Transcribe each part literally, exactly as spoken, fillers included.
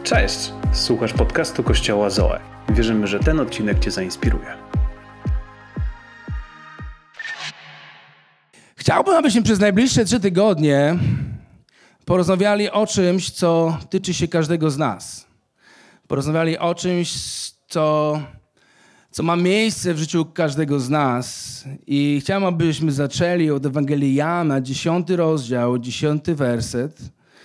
Cześć! Słuchasz podcastu Kościoła Zoe. Wierzymy, że ten odcinek Cię zainspiruje. Chciałbym, abyśmy przez najbliższe trzy tygodnie porozmawiali o czymś, co tyczy się każdego z nas. Porozmawiali o czymś, co, co ma miejsce w życiu każdego z nas. I chciałbym, abyśmy zaczęli od Ewangelii Jana, dziesiąty rozdział, dziesiąty werset.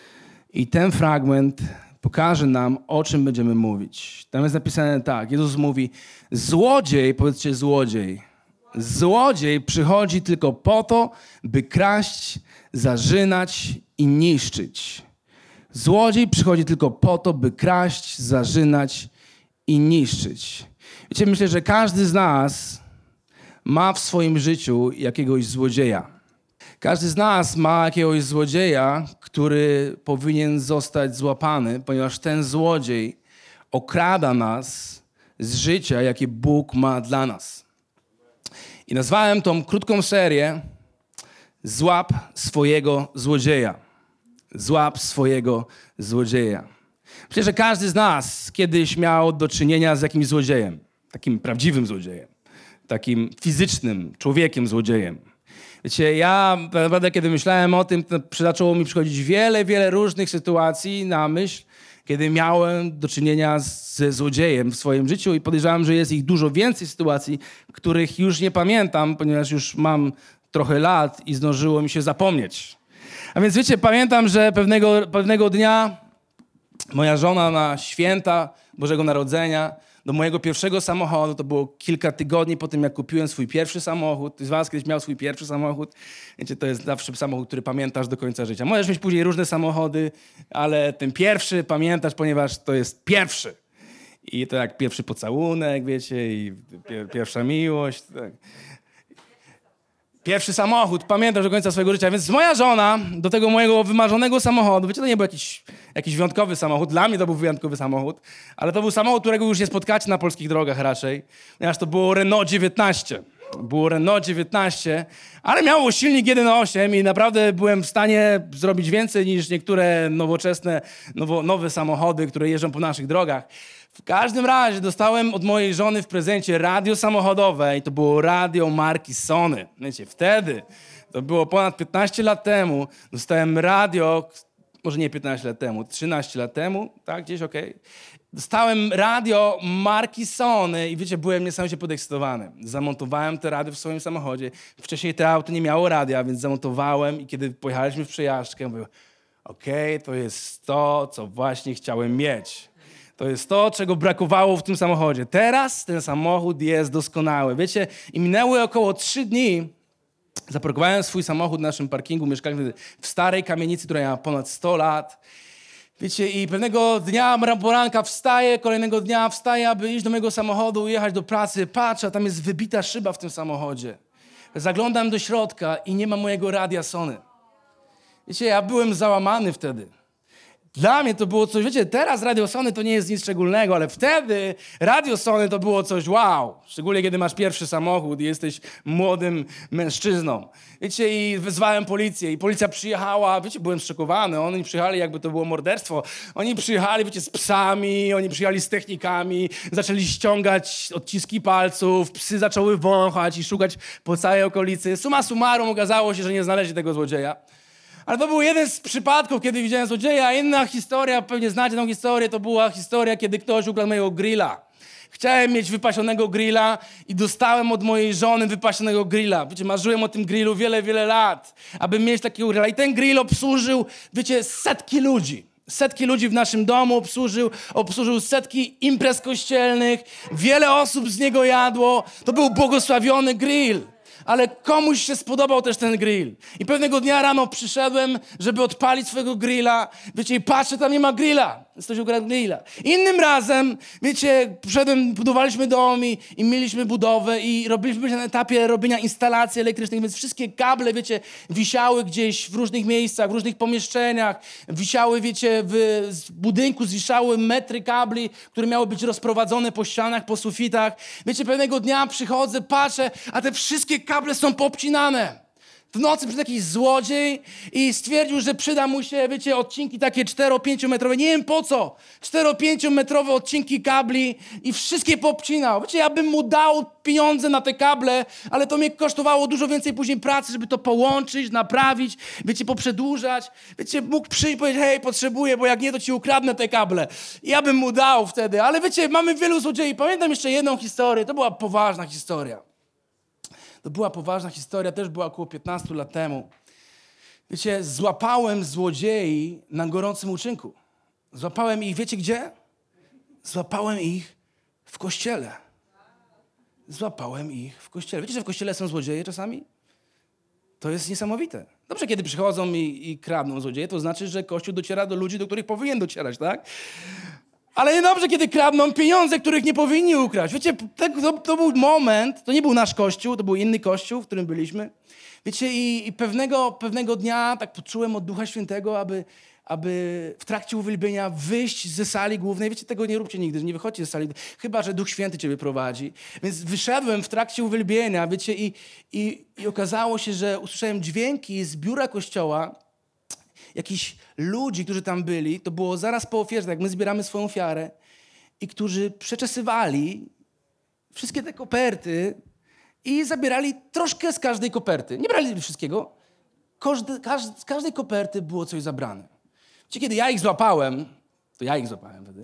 I ten fragment pokaże nam, o czym będziemy mówić. Tam jest napisane tak. Jezus mówi, złodziej, powiedzcie złodziej, złodziej przychodzi tylko po to, by kraść, zarzynać i niszczyć. Złodziej przychodzi tylko po to, by kraść, zarzynać i niszczyć. Wiecie, myślę, że każdy z nas ma w swoim życiu jakiegoś złodzieja. Każdy z nas ma jakiegoś złodzieja, który powinien zostać złapany, ponieważ ten złodziej okrada nas z życia, jakie Bóg ma dla nas. I nazwałem tą krótką serię Złap swojego złodzieja. Złap swojego złodzieja. Myślę, że każdy z nas kiedyś miał do czynienia z jakimś złodziejem. Takim prawdziwym złodziejem. Takim fizycznym człowiekiem złodziejem. Wiecie, ja naprawdę kiedy myślałem o tym, to zaczęło mi przychodzić wiele, wiele różnych sytuacji na myśl, kiedy miałem do czynienia ze złodziejem w swoim życiu i podejrzewam, że jest ich dużo więcej sytuacji, których już nie pamiętam, ponieważ już mam trochę lat i zdążyło mi się zapomnieć. A więc wiecie, pamiętam, że pewnego, pewnego dnia moja żona na święta Bożego Narodzenia do mojego pierwszego samochodu, to było kilka tygodni po tym, jak kupiłem swój pierwszy samochód. Ktoś z was kiedyś miał swój pierwszy samochód. Wiecie, to jest zawsze samochód, który pamiętasz do końca życia. Możesz mieć później różne samochody, ale ten pierwszy pamiętasz, ponieważ to jest pierwszy. I to jak pierwszy pocałunek, wiecie, i pier- pierwsza miłość. Tak. Pierwszy samochód, pamiętasz do końca swojego życia. Więc moja żona do tego mojego wymarzonego samochodu, wiecie, to nie był jakiś, jakiś wyjątkowy samochód, dla mnie to był wyjątkowy samochód, ale to był samochód, którego już nie spotkacie na polskich drogach raczej, ponieważ to było Renault dziewiętnaście. Było Renault dziewiętnaście, ale miało silnik jeden osiem i naprawdę byłem w stanie zrobić więcej niż niektóre nowoczesne, nowo, nowe samochody, które jeżdżą po naszych drogach. W każdym razie dostałem od mojej żony w prezencie radio samochodowe i to było radio marki Sony. Wiecie, wtedy, to było ponad piętnaście lat temu, dostałem radio, może nie piętnaście lat temu, trzynaście lat temu, tak, gdzieś okej. Okay. Dostałem radio marki Sony i wiecie, byłem niesamowicie podekscytowany. Zamontowałem te radio w swoim samochodzie. Wcześniej to auto nie miało radia, więc zamontowałem i kiedy pojechaliśmy w przejażdżkę, mówię, okej, okay, to jest to, co właśnie chciałem mieć. To jest to, czego brakowało w tym samochodzie. Teraz ten samochód jest doskonały. Wiecie, i minęły około trzy dni. Zaparkowałem swój samochód na naszym parkingu. Mieszkaliśmy w starej kamienicy, która miała ponad sto lat. Wiecie, i pewnego dnia, poranka wstaję, kolejnego dnia wstaję, aby iść do mojego samochodu, jechać do pracy. Patrzę, a tam jest wybita szyba w tym samochodzie. Zaglądam do środka i nie ma mojego radia Sony. Wiecie, ja byłem załamany wtedy. Dla mnie to było coś, wiecie, teraz radio Sony to nie jest nic szczególnego, ale wtedy radio Sony to było coś wow. Szczególnie kiedy masz pierwszy samochód i jesteś młodym mężczyzną. Wiecie, i wezwałem policję i policja przyjechała, wiecie, byłem zszokowany. Oni przyjechali, jakby to było morderstwo. Oni przyjechali, wiecie, z psami, oni przyjechali z technikami, zaczęli ściągać odciski palców, psy zaczęły wąchać i szukać po całej okolicy. Summa summarum okazało się, że nie znaleźli tego złodzieja. Ale to był jeden z przypadków, kiedy widziałem złodzieja. Inna historia, pewnie znacie tę historię, to była historia, kiedy ktoś ukradł mojego grilla. Chciałem mieć wypasionego grilla i dostałem od mojej żony wypasionego grilla. Wiecie, marzyłem o tym grillu wiele, wiele lat, aby mieć takiego grilla. I ten grill obsłużył, wiecie, setki ludzi. Setki ludzi w naszym domu obsłużył, obsłużył setki imprez kościelnych. Wiele osób z niego jadło. To był błogosławiony grill. Ale komuś się spodobał też ten grill. I pewnego dnia rano przyszedłem, żeby odpalić swojego grilla. Wiecie, i patrzę, tam nie ma grilla. Ktoś ukradł grilla. Innym razem, wiecie, przyszedłem, budowaliśmy dom i, i mieliśmy budowę i robiliśmy się na etapie robienia instalacji elektrycznych, więc wszystkie kable, wiecie, wisiały gdzieś w różnych miejscach, w różnych pomieszczeniach. Wisiały, wiecie, w z budynku zwiszały metry kabli, które miały być rozprowadzone po ścianach, po sufitach. Wiecie, pewnego dnia przychodzę, patrzę, a te wszystkie kable są poobcinane. w nocy przyszedł jakiś złodziej i stwierdził, że przyda mu się, wiecie, odcinki takie cztero-pięciometrowe. Nie wiem po co. cztero-pięciometrowe odcinki kabli i wszystkie popcinał. Wiecie, ja bym mu dał pieniądze na te kable, ale to mnie kosztowało dużo więcej później pracy, żeby to połączyć, naprawić, wiecie, poprzedłużać. Wiecie, mógł przyjść i powiedzieć, hej, potrzebuję, bo jak nie, to ci ukradnę te kable. I ja bym mu dał wtedy. Ale wiecie, mamy wielu złodziei. Pamiętam jeszcze jedną historię. To była poważna historia. To była poważna historia, też była około piętnaście lat temu. Wiecie, złapałem złodziei na gorącym uczynku. Złapałem ich, wiecie gdzie? Złapałem ich w kościele. Złapałem ich w kościele. Wiecie, że w kościele są złodzieje czasami? To jest niesamowite. Dobrze, kiedy przychodzą i, i kradną złodzieje, to znaczy, że Kościół dociera do ludzi, do których powinien docierać, tak? Ale niedobrze, kiedy kradną pieniądze, których nie powinni ukraść. Wiecie, to, to był moment, to nie był nasz kościół, to był inny kościół, w którym byliśmy. Wiecie, i, i pewnego, pewnego dnia tak poczułem od Ducha Świętego, aby, aby w trakcie uwielbienia wyjść ze sali głównej. Wiecie, tego nie róbcie nigdy, nie wychodźcie ze sali, chyba że Duch Święty ciebie prowadzi. Więc wyszedłem w trakcie uwielbienia, wiecie, i, i, i okazało się, że usłyszałem dźwięki z biura kościoła, jakichś ludzi, którzy tam byli, to było zaraz po ofierze, jak my zbieramy swoją ofiarę, i którzy przeczesywali wszystkie te koperty i zabierali troszkę z każdej koperty. Nie brali wszystkiego. Każdy, każdy, z każdej koperty było coś zabrane. Wiecie, kiedy ja ich złapałem, to ja ich złapałem wtedy.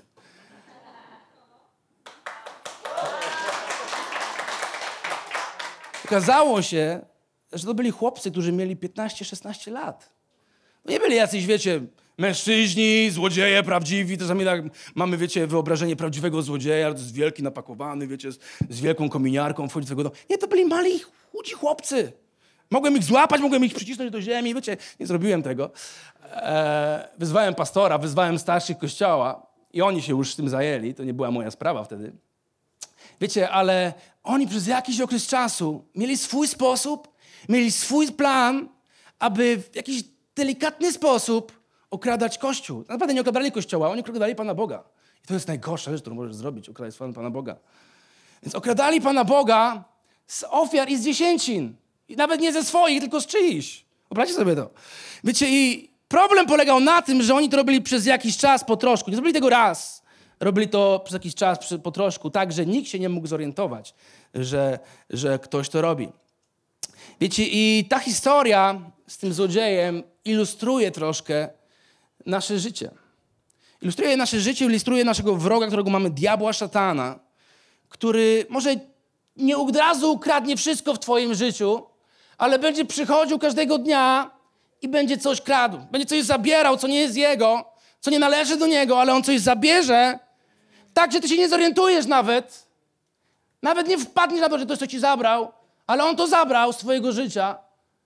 Okazało się, że to byli chłopcy, którzy mieli piętnaście szesnaście lat. To nie byli jacyś, wiecie, mężczyźni, złodzieje prawdziwi. Czasami tak mamy, wiecie, wyobrażenie prawdziwego złodzieja, to jest wielki, napakowany, wiecie, z, z wielką kominiarką, wchodzi do swojego domu. Nie, to byli mali, chudzi chłopcy. Mogłem ich złapać, mogłem ich przycisnąć do ziemi, wiecie, nie zrobiłem tego. Eee, wyzwałem pastora, wyzwałem starszych kościoła i oni się już tym zajęli, to nie była moja sprawa wtedy. Wiecie, ale oni przez jakiś okres czasu mieli swój sposób, mieli swój plan, aby w jakiś delikatny sposób okradać Kościół. Naprawdę nie okradali Kościoła, oni okradali Pana Boga. I to jest najgorsza rzecz, którą możesz zrobić, okradać Pana Boga. Więc okradali Pana Boga z ofiar i z dziesięcin. I nawet nie ze swoich, tylko z czyichś. Wyobraźcie sobie to. Wiecie, i problem polegał na tym, że oni to robili przez jakiś czas po troszku. Nie zrobili tego raz. Robili to przez jakiś czas przy, po troszku, tak, że nikt się nie mógł zorientować, że, że ktoś to robi. Wiecie, i ta historia z tym złodziejem ilustruje troszkę nasze życie. Ilustruje nasze życie, ilustruje naszego wroga, którego mamy, diabła, szatana, który może nie od razu ukradnie wszystko w twoim życiu, ale będzie przychodził każdego dnia i będzie coś kradł. Będzie coś zabierał, co nie jest jego, co nie należy do niego, ale on coś zabierze, tak, że ty się nie zorientujesz nawet. Nawet nie wpadniesz na to, że ktoś to ci zabrał, ale on to zabrał z twojego życia.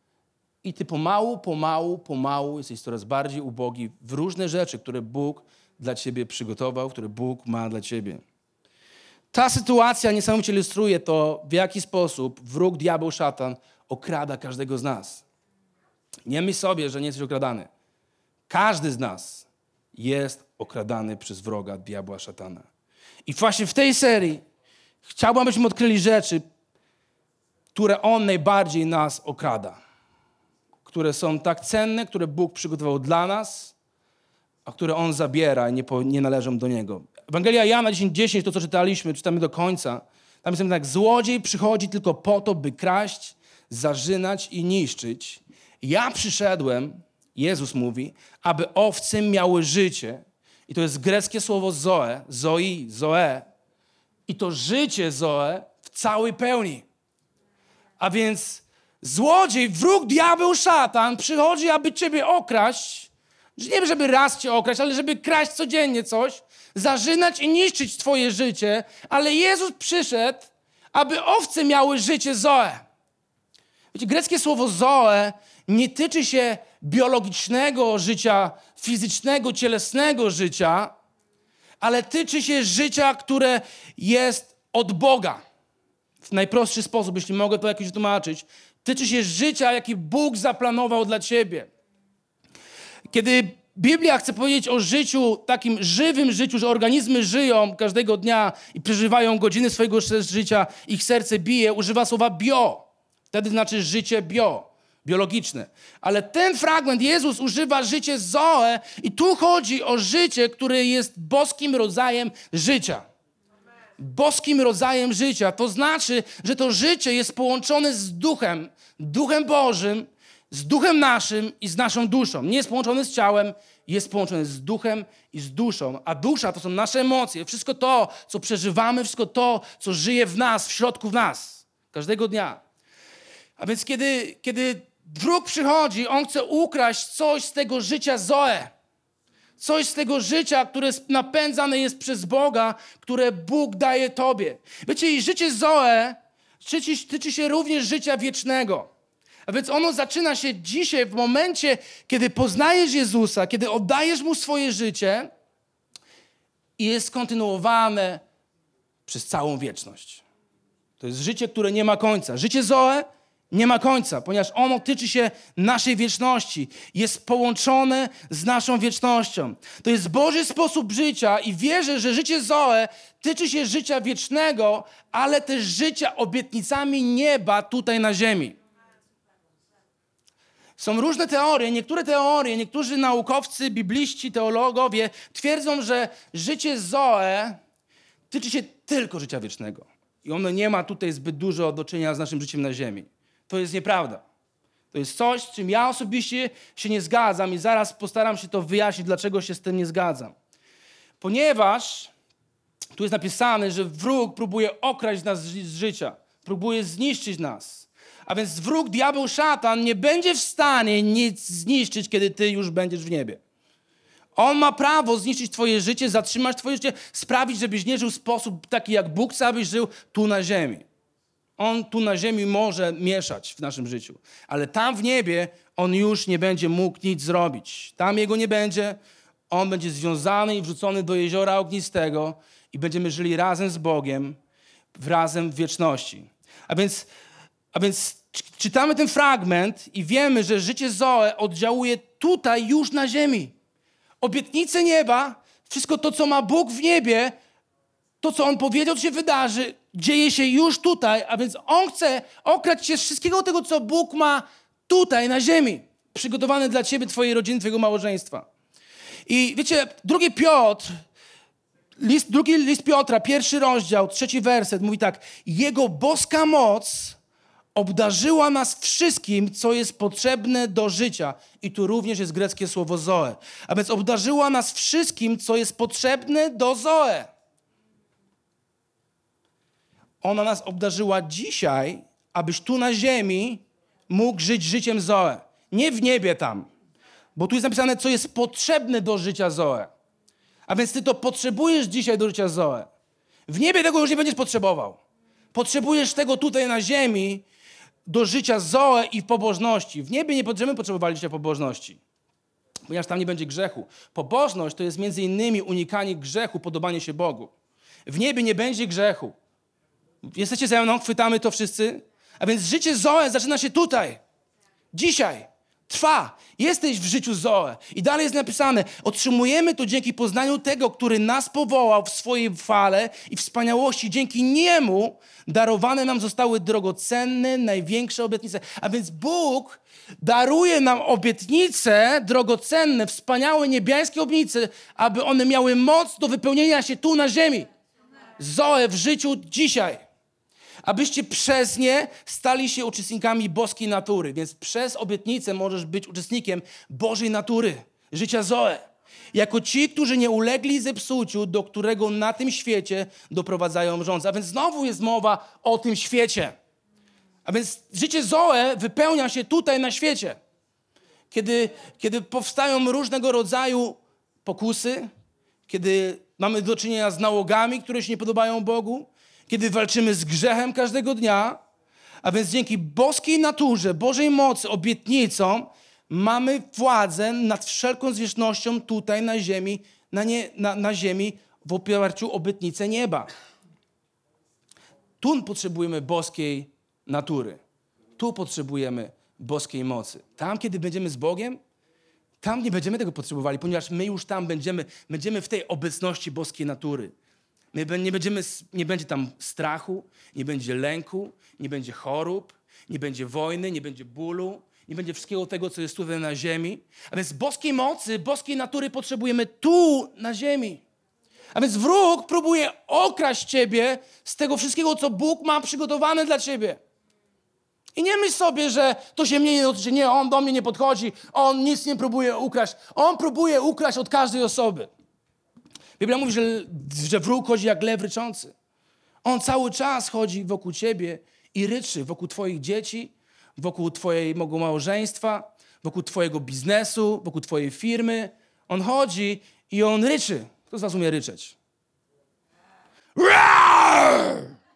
I ty pomału, pomału, pomału jesteś coraz bardziej ubogi w różne rzeczy, które Bóg dla ciebie przygotował, które Bóg ma dla ciebie. Ta sytuacja niesamowicie ilustruje to, w jaki sposób wróg, diabeł, szatan okrada każdego z nas. Nie myśl sobie, że nie jesteś okradany. Każdy z nas jest okradany przez wroga, diabła, szatana. I właśnie w tej serii chciałbym, abyśmy odkryli rzeczy, które on najbardziej nas okrada. Które są tak cenne, które Bóg przygotował dla nas, a które on zabiera i nie, po, nie należą do niego. Ewangelia Jana dziesięć dziesięć, to co czytaliśmy, czytamy do końca. Tam jest tak, złodziej przychodzi tylko po to, by kraść, zarzynać i niszczyć. Ja przyszedłem, Jezus mówi, aby owce miały życie. I to jest greckie słowo zoe, zoi, zoe. I to życie zoe w całej pełni. A więc złodziej, wróg, diabeł, szatan przychodzi, aby ciebie okraść. Nie żeby raz cię okraść, ale żeby kraść codziennie coś, zarzynać i niszczyć twoje życie. Ale Jezus przyszedł, aby owce miały życie zoe. Wiecie, greckie słowo zoe nie tyczy się biologicznego życia, fizycznego, cielesnego życia, ale tyczy się życia, które jest od Boga. W najprostszy sposób, jeśli mogę to jakoś wytłumaczyć, tyczy się życia, jakie Bóg zaplanował dla ciebie. Kiedy Biblia chce powiedzieć o życiu, takim żywym życiu, że organizmy żyją każdego dnia i przeżywają godziny swojego życia, ich serce bije, używa słowa bio. Wtedy znaczy życie bio. biologiczne. Ale ten fragment Jezus używa życie Zoe i tu chodzi o życie, które jest boskim rodzajem życia. Boskim rodzajem życia. To znaczy, że to życie jest połączone z duchem, duchem Bożym, z duchem naszym i z naszą duszą. Nie jest połączone z ciałem, jest połączone z duchem i z duszą. A dusza to są nasze emocje. Wszystko to, co przeżywamy, wszystko to, co żyje w nas, w środku w nas. Każdego dnia. A więc kiedy, kiedy wróg przychodzi, on chce ukraść coś z tego życia Zoe. Coś z tego życia, które napędzane jest przez Boga, które Bóg daje tobie. Wiecie, i życie Zoe tyczy, tyczy się również życia wiecznego. A więc ono zaczyna się dzisiaj w momencie, kiedy poznajesz Jezusa, kiedy oddajesz Mu swoje życie i jest kontynuowane przez całą wieczność. To jest życie, które nie ma końca. Życie Zoe nie ma końca, ponieważ ono tyczy się naszej wieczności. Jest połączone z naszą wiecznością. To jest Boży sposób życia i wierzę, że życie Zoe tyczy się życia wiecznego, ale też życia obietnicami nieba tutaj na ziemi. Są różne teorie, niektóre teorie, niektórzy naukowcy, bibliści, teologowie twierdzą, że życie Zoe tyczy się tylko życia wiecznego. I ono nie ma tutaj zbyt dużo do czynienia z naszym życiem na ziemi. To jest nieprawda. To jest coś, z czym ja osobiście się nie zgadzam i zaraz postaram się to wyjaśnić, dlaczego się z tym nie zgadzam. Ponieważ tu jest napisane, że wróg próbuje okraść nas z życia, próbuje zniszczyć nas. A więc wróg, diabeł, szatan nie będzie w stanie nic zniszczyć, kiedy ty już będziesz w niebie. On ma prawo zniszczyć twoje życie, zatrzymać twoje życie, sprawić, żebyś nie żył w sposób taki, jak Bóg chce, abyś żył tu na ziemi. On tu na ziemi może mieszać w naszym życiu. Ale tam w niebie on już nie będzie mógł nic zrobić. Tam jego nie będzie. On będzie związany i wrzucony do jeziora ognistego i będziemy żyli razem z Bogiem, razem w wieczności. A więc, a więc czytamy ten fragment i wiemy, że życie Zoe oddziałuje tutaj już na ziemi. Obietnice nieba, wszystko to, co ma Bóg w niebie, to, co On powiedział, się wydarzy, dzieje się już tutaj, a więc On chce okraść się z wszystkiego tego, co Bóg ma tutaj na ziemi. Przygotowane dla ciebie, twojej rodziny, twojego małżeństwa. I wiecie, drugi Piotr, list, drugi list Piotra, pierwszy rozdział, trzeci werset, mówi tak. Jego boska moc obdarzyła nas wszystkim, co jest potrzebne do życia. I tu również jest greckie słowo zoe. A więc obdarzyła nas wszystkim, co jest potrzebne do zoe. Ona nas obdarzyła dzisiaj, abyś tu na ziemi mógł żyć życiem zoe. Nie w niebie tam. Bo tu jest napisane, co jest potrzebne do życia zoe. A więc ty to potrzebujesz dzisiaj do życia zoe. W niebie tego już nie będziesz potrzebował. Potrzebujesz tego tutaj na ziemi do życia zoe i w pobożności. W niebie nie będziemy potrzebowali życia pobożności, ponieważ tam nie będzie grzechu. Pobożność to jest między innymi unikanie grzechu, podobanie się Bogu. W niebie nie będzie grzechu. Jesteście ze mną? Chwytamy to wszyscy? A więc życie zoe zaczyna się tutaj. Dzisiaj. Trwa. Jesteś w życiu zoe. I dalej jest napisane, otrzymujemy to dzięki poznaniu tego, który nas powołał w swojej chwale i wspaniałości. Dzięki Niemu darowane nam zostały drogocenne, największe obietnice. A więc Bóg daruje nam obietnice drogocenne, wspaniałe, niebiańskie obietnice, aby one miały moc do wypełnienia się tu na ziemi. Zoe w życiu dzisiaj. Abyście przez nie stali się uczestnikami boskiej natury. Więc przez obietnicę możesz być uczestnikiem Bożej natury, życia zoe. Jako ci, którzy nie ulegli zepsuciu, do którego na tym świecie doprowadzają rządzy. A więc znowu jest mowa o tym świecie. A więc życie zoe wypełnia się tutaj na świecie. Kiedy, kiedy powstają różnego rodzaju pokusy, kiedy mamy do czynienia z nałogami, które się nie podobają Bogu, kiedy walczymy z grzechem każdego dnia, a więc dzięki boskiej naturze, Bożej mocy, obietnicom, mamy władzę nad wszelką zwierzchnością tutaj na ziemi, na, nie, na, na ziemi w oparciu o obietnicę nieba. Tu potrzebujemy boskiej natury. Tu potrzebujemy boskiej mocy. Tam, kiedy będziemy z Bogiem, tam nie będziemy tego potrzebowali, ponieważ my już tam będziemy, będziemy w tej obecności boskiej natury. My nie, będziemy, nie będzie tam strachu, nie będzie lęku, nie będzie chorób, nie będzie wojny, nie będzie bólu, nie będzie wszystkiego tego, co jest tutaj na ziemi. A więc boskiej mocy, boskiej natury potrzebujemy tu, na ziemi. A więc wróg próbuje okraść ciebie z tego wszystkiego, co Bóg ma przygotowane dla ciebie. I nie myśl sobie, że to się mnie nie dotyczy. Nie, on do mnie nie podchodzi. On nic nie próbuje ukraść. On próbuje ukraść od każdej osoby. Biblia mówi, że, że wróg chodzi jak lew ryczący. On cały czas chodzi wokół ciebie i ryczy wokół twoich dzieci, wokół twojego małżeństwa, wokół twojego biznesu, wokół twojej firmy. On chodzi i on ryczy. Kto z was umie ryczeć? Roar!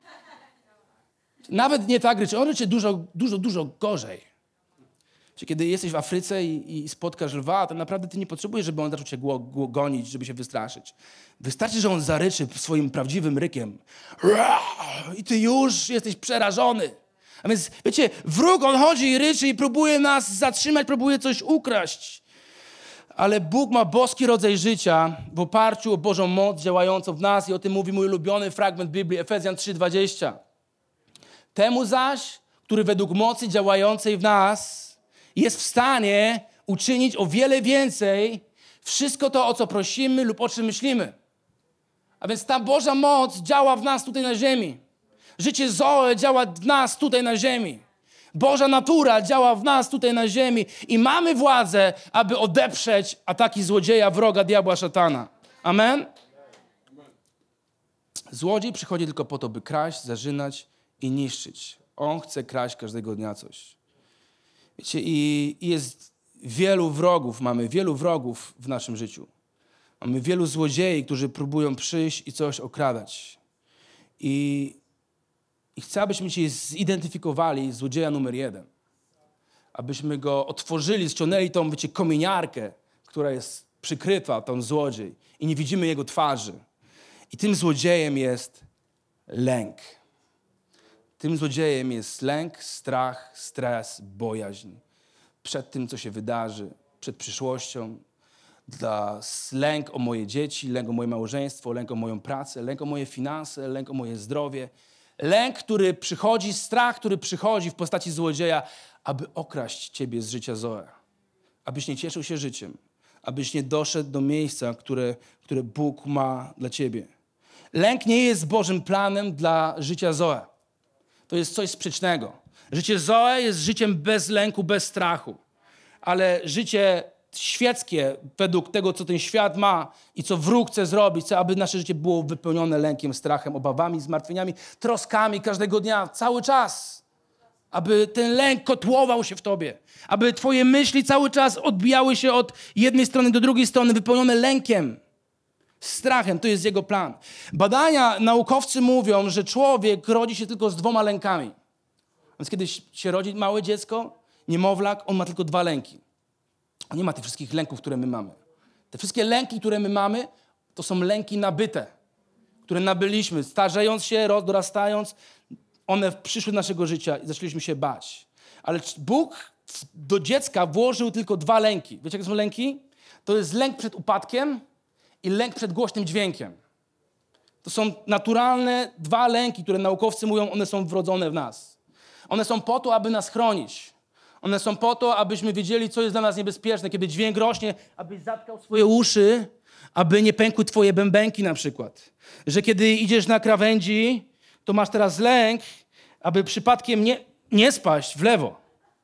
Nawet nie tak ryczy. On ryczy dużo, dużo, dużo gorzej. Czyli kiedy jesteś w Afryce i, i spotkasz lwa, to naprawdę ty nie potrzebujesz, żeby on zaczął cię gło, gło, gonić, żeby się wystraszyć. Wystarczy, że on zaryczy swoim prawdziwym rykiem. Roar! I ty już jesteś przerażony. A więc, wiecie, wróg, on chodzi i ryczy i próbuje nas zatrzymać, próbuje coś ukraść. Ale Bóg ma boski rodzaj życia w oparciu o Bożą moc działającą w nas i o tym mówi mój ulubiony fragment Biblii, Efezjan trzy dwadzieścia. Temu zaś, który według mocy działającej w nas jest w stanie uczynić o wiele więcej wszystko to, o co prosimy lub o czym myślimy. A więc ta Boża moc działa w nas tutaj na ziemi. Życie Zoe działa w nas tutaj na ziemi. Boża natura działa w nas tutaj na ziemi i mamy władzę, aby odeprzeć ataki złodzieja, wroga, diabła, szatana. Amen? Złodziej przychodzi tylko po to, by kraść, zarzynać i niszczyć. On chce kraść każdego dnia coś. Wiecie, i, i jest wielu wrogów, mamy wielu wrogów w naszym życiu. Mamy wielu złodziei, którzy próbują przyjść i coś okradać. I, i chcę, abyśmy dzisiaj zidentyfikowali złodzieja numer jeden. Abyśmy go otworzyli, ściągnęli tą, wiecie, kominiarkę, która jest przykryta, tą złodziej. I nie widzimy jego twarzy. I tym złodziejem jest lęk. Tym złodziejem jest lęk, strach, stres, bojaźń. Przed tym, co się wydarzy, przed przyszłością. Dla lęk o moje dzieci, lęk o moje małżeństwo, lęk o moją pracę, lęk o moje finanse, lęk o moje zdrowie. Lęk, który przychodzi, strach, który przychodzi w postaci złodzieja, aby okraść ciebie z życia Zoe. Abyś nie cieszył się życiem. Abyś nie doszedł do miejsca, które, które Bóg ma dla ciebie. Lęk nie jest Bożym planem dla życia Zoe. To jest coś sprzecznego. Życie Zoe jest życiem bez lęku, bez strachu. Ale życie świeckie, według tego, co ten świat ma i co wróg chce zrobić, chce, aby nasze życie było wypełnione lękiem, strachem, obawami, zmartwieniami, troskami każdego dnia, cały czas. Aby ten lęk kotłował się w tobie. Aby twoje myśli cały czas odbijały się od jednej strony do drugiej strony, wypełnione lękiem, strachem. To jest jego plan. Badania, naukowcy mówią, że człowiek rodzi się tylko z dwoma lękami. Więc kiedy się rodzi małe dziecko, niemowlak, on ma tylko dwa lęki. On nie ma tych wszystkich lęków, które my mamy. Te wszystkie lęki, które my mamy, to są lęki nabyte, które nabyliśmy. Starzejąc się, dorastając, one przyszły do naszego życia i zaczęliśmy się bać. Ale Bóg do dziecka włożył tylko dwa lęki. Wiecie, jakie są lęki? To jest lęk przed upadkiem i lęk przed głośnym dźwiękiem. To są naturalne dwa lęki, które naukowcy mówią, one są wrodzone w nas. One są po to, aby nas chronić. One są po to, abyśmy wiedzieli, co jest dla nas niebezpieczne. Kiedy dźwięk rośnie, abyś zatkał swoje uszy, aby nie pękły twoje bębenki na przykład. Że kiedy idziesz na krawędzi, to masz teraz lęk, aby przypadkiem nie, nie spaść w lewo.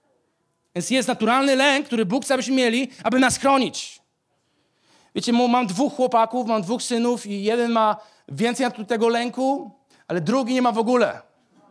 Więc jest naturalny lęk, który Bóg chce, abyśmy mieli, aby nas chronić. Wiecie, mam dwóch chłopaków, mam dwóch synów i jeden ma więcej tego lęku, ale drugi nie ma w ogóle.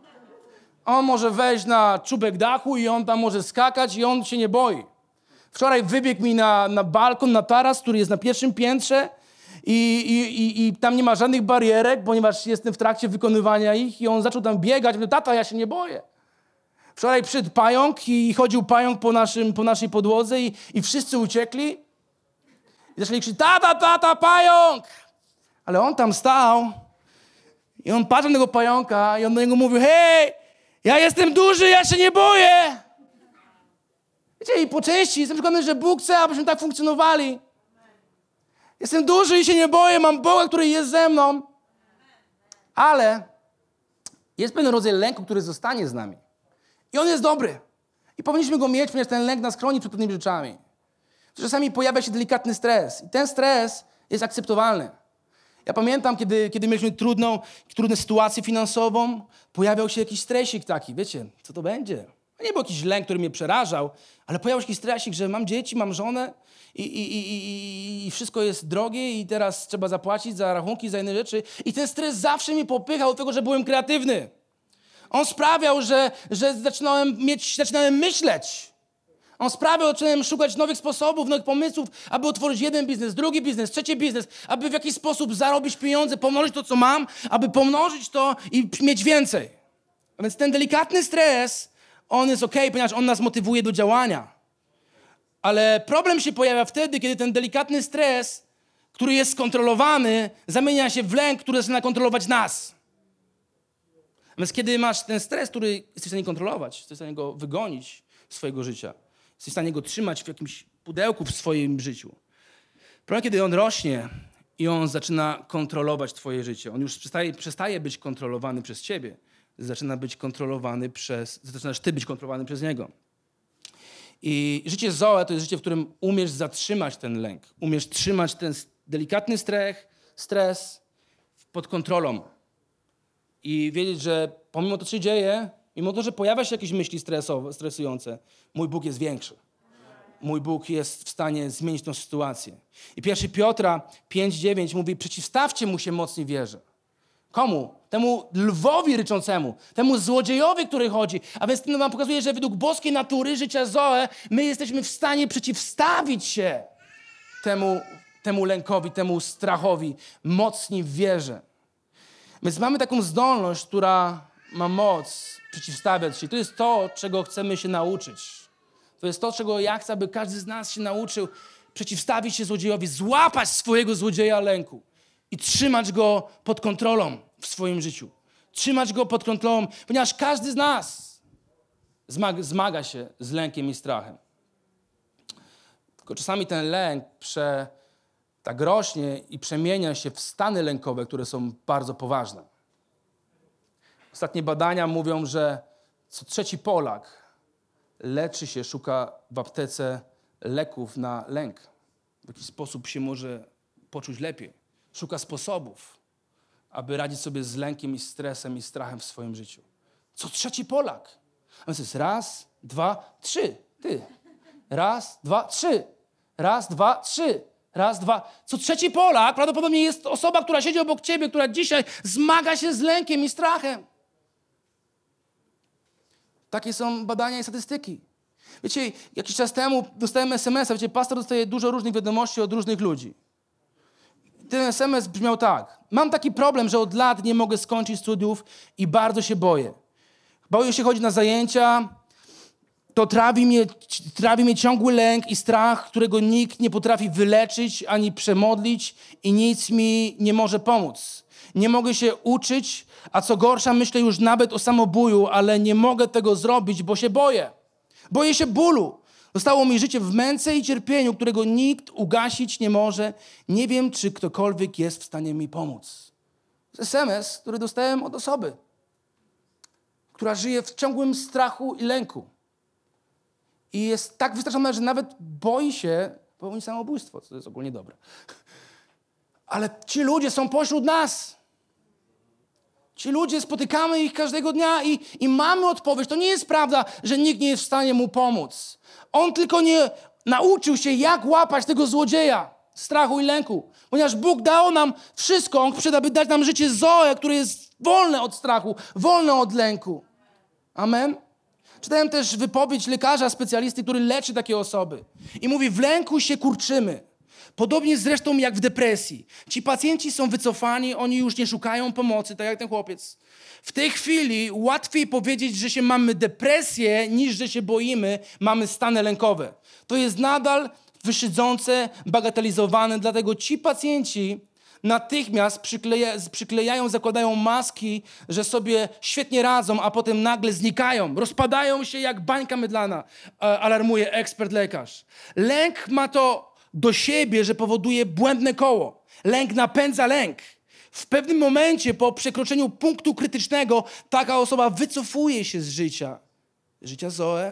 On może wejść na czubek dachu i on tam może skakać i on się nie boi. Wczoraj wybiegł mi na, na balkon, na taras, który jest na pierwszym piętrze i, i, i, i tam nie ma żadnych barierek, ponieważ jestem w trakcie wykonywania ich i on zaczął tam biegać. Mówię, tata, ja się nie boję. Wczoraj przyszedł pająk i chodził pająk po, naszym, po naszej podłodze i, i wszyscy uciekli. I zaczęli krzyczeć, tata, tata, pająk! Ale on tam stał i on patrzył na tego pająka i on do niego mówił, hej, ja jestem duży, ja się nie boję. Wiecie, i po części jestem przekonany, że Bóg chce, abyśmy tak funkcjonowali. Jestem duży i się nie boję, mam Boga, który jest ze mną. Ale jest pewien rodzaj lęku, który zostanie z nami. I on jest dobry. I powinniśmy go mieć, ponieważ ten lęk nas chroni przed pewnymi rzeczami. Czasami pojawia się delikatny stres i ten stres jest akceptowalny. Ja pamiętam, kiedy, kiedy mieliśmy trudną, trudną sytuację finansową, pojawiał się jakiś stresik taki, wiecie, co to będzie? To nie był jakiś lęk, który mnie przerażał, ale pojawił się jakiś stresik, że mam dzieci, mam żonę i, i, i, i, i wszystko jest drogie i teraz trzeba zapłacić za rachunki, za inne rzeczy. I ten stres zawsze mnie popychał do tego, że byłem kreatywny. On sprawiał, że, że zaczynałem, mieć, zaczynałem myśleć. On sprawiał, że zacząłem szukać nowych sposobów, nowych pomysłów, aby otworzyć jeden biznes, drugi biznes, trzeci biznes, aby w jakiś sposób zarobić pieniądze, pomnożyć to, co mam, aby pomnożyć to i mieć więcej. A więc ten delikatny stres, on jest okej, ponieważ on nas motywuje do działania. Ale problem się pojawia wtedy, kiedy ten delikatny stres, który jest skontrolowany, zamienia się w lęk, który zaczyna kontrolować nas. A więc kiedy masz ten stres, który jesteś w stanie kontrolować, jesteś w stanie go wygonić z swojego życia, jesteś w stanie go trzymać w jakimś pudełku w swoim życiu. Problem, kiedy on rośnie i on zaczyna kontrolować twoje życie. On już przestaje, przestaje być kontrolowany przez ciebie. Zaczyna być kontrolowany przez... Zaczynasz ty być kontrolowany przez niego. I życie Zoe to jest życie, w którym umiesz zatrzymać ten lęk. Umiesz trzymać ten delikatny stres, stres pod kontrolą. I wiedzieć, że pomimo to, co się dzieje, mimo to, że pojawia się jakieś myśli stresowe, stresujące, mój Bóg jest większy. Mój Bóg jest w stanie zmienić tę sytuację. I pierwszy Piotra pięć dziewięć mówi, przeciwstawcie mu się mocniej wierze. Komu? Temu lwowi ryczącemu, temu złodziejowi, który chodzi. A więc to nam pokazuje, że według boskiej natury życia Zoe my jesteśmy w stanie przeciwstawić się temu, temu lękowi, temu strachowi mocniej w wierze. Więc mamy taką zdolność, która ma moc przeciwstawiać się. To jest to, czego chcemy się nauczyć. To jest to, czego ja chcę, aby każdy z nas się nauczył przeciwstawić się złodziejowi, złapać swojego złodzieja lęku i trzymać go pod kontrolą w swoim życiu. Trzymać go pod kontrolą, ponieważ każdy z nas zmaga, zmaga się z lękiem i strachem. Tylko czasami ten lęk prze, tak rośnie i przemienia się w stany lękowe, które są bardzo poważne. Ostatnie badania mówią, że co trzeci Polak leczy się, szuka w aptece leków na lęk. W jakiś sposób się może poczuć lepiej. Szuka sposobów, aby radzić sobie z lękiem i stresem i strachem w swoim życiu. Co trzeci Polak. A więc jest raz, dwa, trzy. Ty. Raz, dwa, trzy. Raz, dwa, trzy. Raz, dwa. Co trzeci Polak prawdopodobnie jest osoba, która siedzi obok ciebie, która dzisiaj zmaga się z lękiem i strachem. Takie są badania i statystyki. Wiecie, jakiś czas temu dostałem es em es a. Wiecie, pastor dostaje dużo różnych wiadomości od różnych ludzi. Ten es em es brzmiał tak. Mam taki problem, że od lat nie mogę skończyć studiów i bardzo się boję. Boję się chodzić na zajęcia. To trawi mnie, trawi mnie ciągły lęk i strach, którego nikt nie potrafi wyleczyć ani przemodlić i nic mi nie może pomóc. Nie mogę się uczyć, a co gorsza, myślę już nawet o samobuju, ale nie mogę tego zrobić, bo się boję. Boję się bólu. Zostało mi życie w męce i cierpieniu, którego nikt ugasić nie może. Nie wiem, czy ktokolwiek jest w stanie mi pomóc. To jest es em es, który dostałem od osoby, która żyje w ciągłym strachu i lęku. I jest tak wystraszona, że nawet boi się popełnić samobójstwo, co jest ogólnie dobre. Ale ci ludzie są pośród nas. Ci ludzie, spotykamy ich każdego dnia i, i mamy odpowiedź. To nie jest prawda, że nikt nie jest w stanie mu pomóc. On tylko nie nauczył się, jak łapać tego złodzieja strachu i lęku. Ponieważ Bóg dał nam wszystko. On chce, aby dać nam życie Zoe, które jest wolne od strachu, wolne od lęku. Amen? Czytałem też wypowiedź lekarza, specjalisty, który leczy takie osoby. I mówi, w lęku się kurczymy. Podobnie zresztą jak w depresji. Ci pacjenci są wycofani, oni już nie szukają pomocy, tak jak ten chłopiec. W tej chwili łatwiej powiedzieć, że się mamy depresję, niż że się boimy, mamy stany lękowe. To jest nadal wyszydzące, bagatelizowane, dlatego ci pacjenci natychmiast przykleja, przyklejają, zakładają maski, że sobie świetnie radzą, a potem nagle znikają. Rozpadają się jak bańka mydlana, alarmuje ekspert lekarz. Lęk ma to do siebie, że powoduje błędne koło. Lęk napędza lęk. W pewnym momencie po przekroczeniu punktu krytycznego taka osoba wycofuje się z życia. Życia Zoe,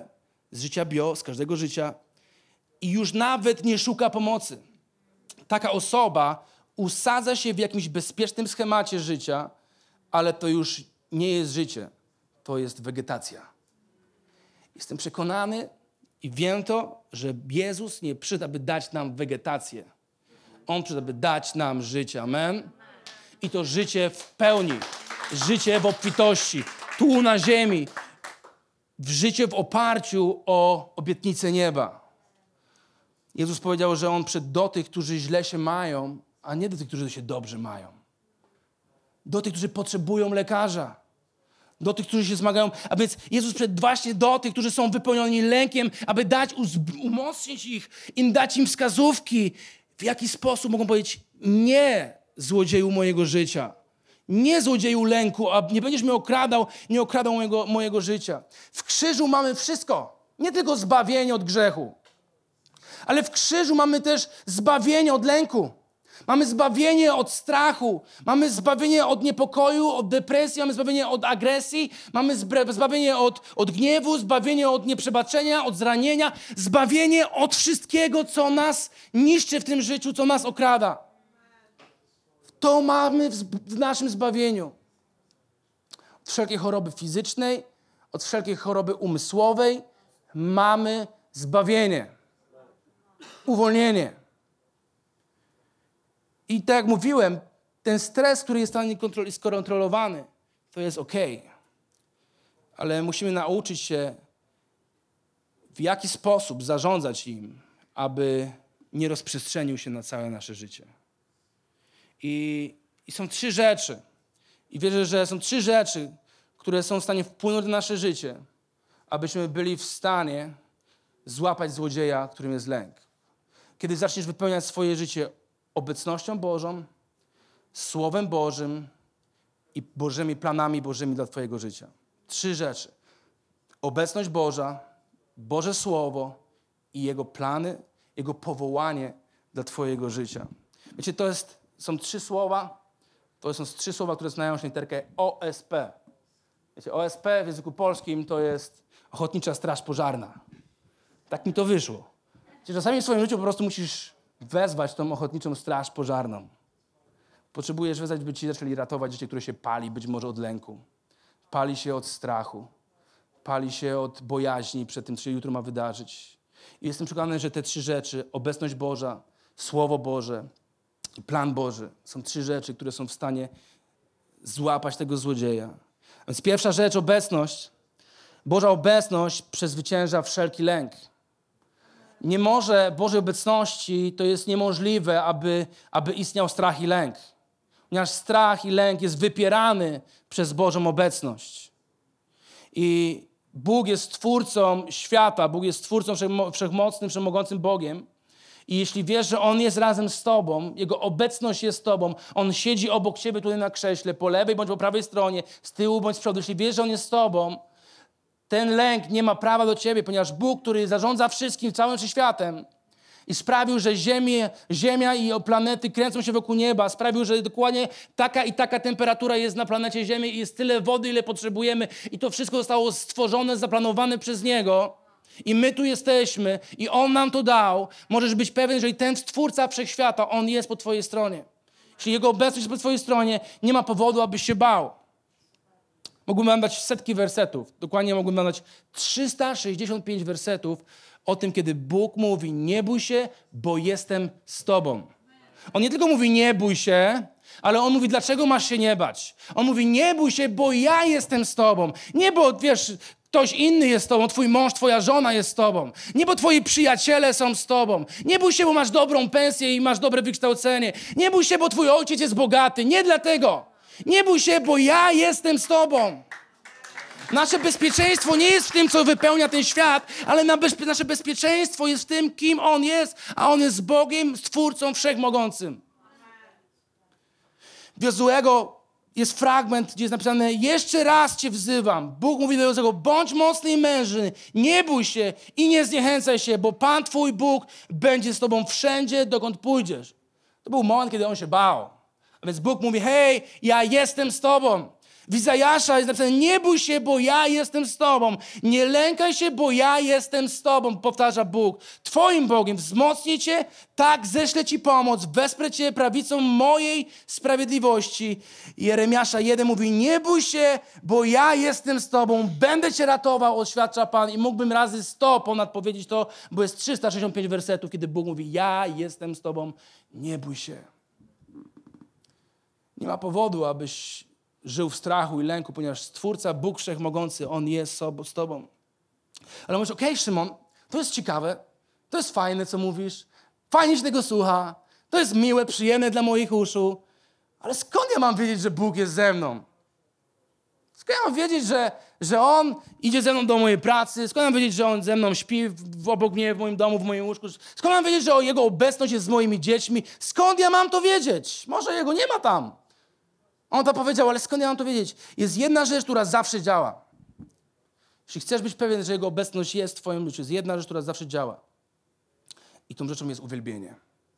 z życia bio, z każdego życia i już nawet nie szuka pomocy. Taka osoba usadza się w jakimś bezpiecznym schemacie życia, ale to już nie jest życie, to jest wegetacja. Jestem przekonany i wiem to, że Jezus nie przyszedł, aby dać nam wegetację. On przyszedł, aby dać nam życie. Amen? I to życie w pełni. Życie w obfitości. Tu na ziemi. W życie w oparciu o obietnicę nieba. Jezus powiedział, że On przyszedł do tych, którzy źle się mają, a nie do tych, którzy się dobrze mają. Do tych, którzy potrzebują lekarza. Do tych, którzy się zmagają. A więc Jezus przyszedł właśnie do tych, którzy są wypełnioni lękiem, aby dać, umocnić ich, im dać im wskazówki, w jaki sposób mogą powiedzieć nie złodzieju mojego życia. Nie złodzieju lęku, a nie będziesz mnie okradał, nie okradał mojego, mojego życia. W krzyżu mamy wszystko. Nie tylko zbawienie od grzechu, ale w krzyżu mamy też zbawienie od lęku. Mamy zbawienie od strachu, mamy zbawienie od niepokoju, od depresji, mamy zbawienie od agresji, mamy zbawienie od, od gniewu, zbawienie od nieprzebaczenia, od zranienia, zbawienie od wszystkiego, co nas niszczy w tym życiu, co nas okrada. To mamy w, w naszym zbawieniu. Od wszelkiej choroby fizycznej, od wszelkiej choroby umysłowej mamy zbawienie, uwolnienie. I tak jak mówiłem, ten stres, który jest skontrolowany, to jest okej. Ale musimy nauczyć się, w jaki sposób zarządzać im, aby nie rozprzestrzenił się na całe nasze życie. I, i są trzy rzeczy. I wierzę, że są trzy rzeczy, które są w stanie wpłynąć na nasze życie, abyśmy byli w stanie złapać złodzieja, którym jest lęk. Kiedy zaczniesz wypełniać swoje życie obecnością Bożą, Słowem Bożym i Bożymi planami Bożymi dla twojego życia. Trzy rzeczy. Obecność Boża, Boże Słowo i Jego plany, Jego powołanie dla twojego życia. Wiecie, to jest, są trzy słowa, to są trzy słowa, które znają się na literkę O S P. Wiecie, O S P w języku polskim to jest Ochotnicza Straż Pożarna. Tak mi to wyszło. Wiecie, czasami w swoim życiu po prostu musisz wezwać tą Ochotniczą Straż Pożarną. Potrzebujesz wezwać, by ci zaczęli ratować życie, które się pali, być może od lęku. Pali się od strachu. Pali się od bojaźni przed tym, co się jutro ma wydarzyć. I jestem przekonany, że te trzy rzeczy, obecność Boża, Słowo Boże i plan Boży, są trzy rzeczy, które są w stanie złapać tego złodzieja. Więc pierwsza rzecz, obecność. Boża obecność przezwycięża wszelki lęk. Nie może Bożej obecności, to jest niemożliwe, aby, aby istniał strach i lęk. Ponieważ strach i lęk jest wypierany przez Bożą obecność. I Bóg jest Twórcą świata, Bóg jest Twórcą wszechmocnym, wszechmogącym Bogiem. I jeśli wiesz, że On jest razem z tobą, Jego obecność jest z tobą, On siedzi obok ciebie tutaj na krześle, po lewej bądź po prawej stronie, z tyłu bądź z przodu. Jeśli wiesz, że On jest z tobą, ten lęk nie ma prawa do ciebie, ponieważ Bóg, który zarządza wszystkim, całym światem i sprawił, że ziemię, Ziemia i planety kręcą się wokół nieba, sprawił, że dokładnie taka i taka temperatura jest na planecie Ziemi i jest tyle wody, ile potrzebujemy i to wszystko zostało stworzone, zaplanowane przez Niego i my tu jesteśmy i On nam to dał. Możesz być pewien, że i ten Stwórca Wszechświata, On jest po twojej stronie. Jeśli Jego obecność jest po twojej stronie, nie ma powodu, abyś się bał. Mógłbym wam dać setki wersetów. Dokładnie mógłbym wam dać trzysta sześćdziesiąt pięć wersetów o tym, kiedy Bóg mówi, nie bój się, bo jestem z tobą. On nie tylko mówi, nie bój się, ale On mówi, dlaczego masz się nie bać. On mówi, nie bój się, bo ja jestem z tobą. Nie, bo wiesz, ktoś inny jest z tobą, twój mąż, twoja żona jest z tobą. Nie, bo twoi przyjaciele są z tobą. Nie bój się, bo masz dobrą pensję i masz dobre wykształcenie. Nie bój się, bo twój ojciec jest bogaty. Nie dlatego. Nie bój się, bo ja jestem z tobą. Nasze bezpieczeństwo nie jest w tym, co wypełnia ten świat, ale nasze bezpieczeństwo jest w tym, kim On jest, a On jest Bogiem, Stwórcą Wszechmogącym. W Jozuego jest fragment, gdzie jest napisane, jeszcze raz cię wzywam. Bóg mówi do Jozuego, bądź mocny i mężny, nie bój się i nie zniechęcaj się, bo Pan twój Bóg będzie z tobą wszędzie, dokąd pójdziesz. To był moment, kiedy on się bał. A więc Bóg mówi, hej, ja jestem z tobą. W Izajasza jest napisane, nie bój się, bo ja jestem z tobą. Nie lękaj się, bo ja jestem z tobą, powtarza Bóg. Twoim Bogiem wzmocnię cię, tak ześlę ci pomoc, wesprę cię prawicą mojej sprawiedliwości. Jeremiasza jeden mówi, nie bój się, bo ja jestem z tobą, będę cię ratował, oświadcza Pan. I mógłbym razy sto ponad powiedzieć to, bo jest trzysta sześćdziesiąt pięć wersetów, kiedy Bóg mówi, ja jestem z tobą, nie bój się. Nie ma powodu, abyś żył w strachu i lęku, ponieważ Stwórca, Bóg Wszechmogący, On jest z tobą. Ale mówisz, okej, okay, Szymon, to jest ciekawe, to jest fajne, co mówisz, fajnie się tego słucha, to jest miłe, przyjemne dla moich uszu, ale skąd ja mam wiedzieć, że Bóg jest ze mną? Skąd ja mam wiedzieć, że, że On idzie ze mną do mojej pracy? Skąd ja mam wiedzieć, że On ze mną śpi w, w, obok mnie, w moim domu, w moim łóżku? Skąd ja mam wiedzieć, że Jego obecność jest z moimi dziećmi? Skąd ja mam to wiedzieć? Może Jego nie ma tam. On to powiedział, ale skąd ja mam to wiedzieć? Jest jedna rzecz, która zawsze działa. Jeśli chcesz być pewien, że Jego obecność jest w twoim życiu, jest jedna rzecz, która zawsze działa. I tą rzeczą jest uwielbienie.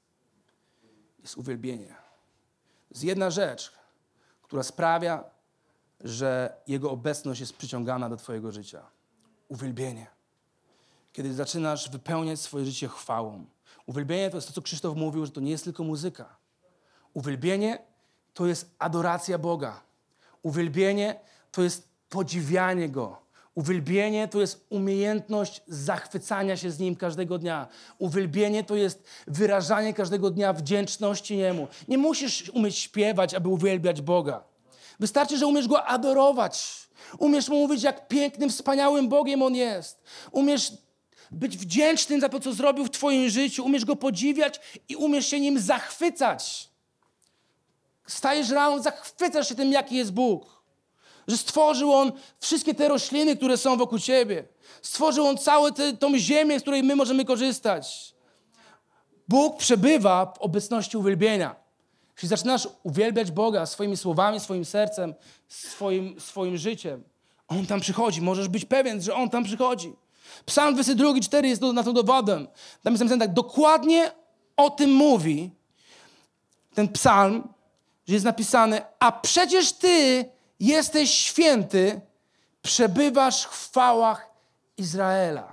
Jest uwielbienie. Jest jedna rzecz, która sprawia, że Jego obecność jest przyciągana do twojego życia. Uwielbienie. Kiedy zaczynasz wypełniać swoje życie chwałą. Uwielbienie to jest to, co Krzysztof mówił, że to nie jest tylko muzyka. Uwielbienie to jest adoracja Boga. Uwielbienie to jest podziwianie Go. Uwielbienie to jest umiejętność zachwycania się z Nim każdego dnia. Uwielbienie to jest wyrażanie każdego dnia wdzięczności Niemu. Nie musisz umieć śpiewać, aby uwielbiać Boga. Wystarczy, że umiesz Go adorować. Umiesz Mu mówić, jak pięknym, wspaniałym Bogiem On jest. Umiesz być wdzięcznym za to, co zrobił w twoim życiu. Umiesz Go podziwiać i umiesz się Nim zachwycać. Stajesz rano, zachwycasz się tym, jaki jest Bóg. Że stworzył On wszystkie te rośliny, które są wokół ciebie. Stworzył On całą tę, tą ziemię, z której my możemy korzystać. Bóg przebywa w obecności uwielbienia. Jeśli zaczynasz uwielbiać Boga swoimi słowami, swoim sercem, swoim, swoim życiem, On tam przychodzi. Możesz być pewien, że On tam przychodzi. Psalm dwudziesty drugi, cztery jest na to dowodem. Tam jest napisane tak, dokładnie o tym mówi ten psalm, że jest napisane, a przecież Ty jesteś święty, przebywasz w chwałach Izraela.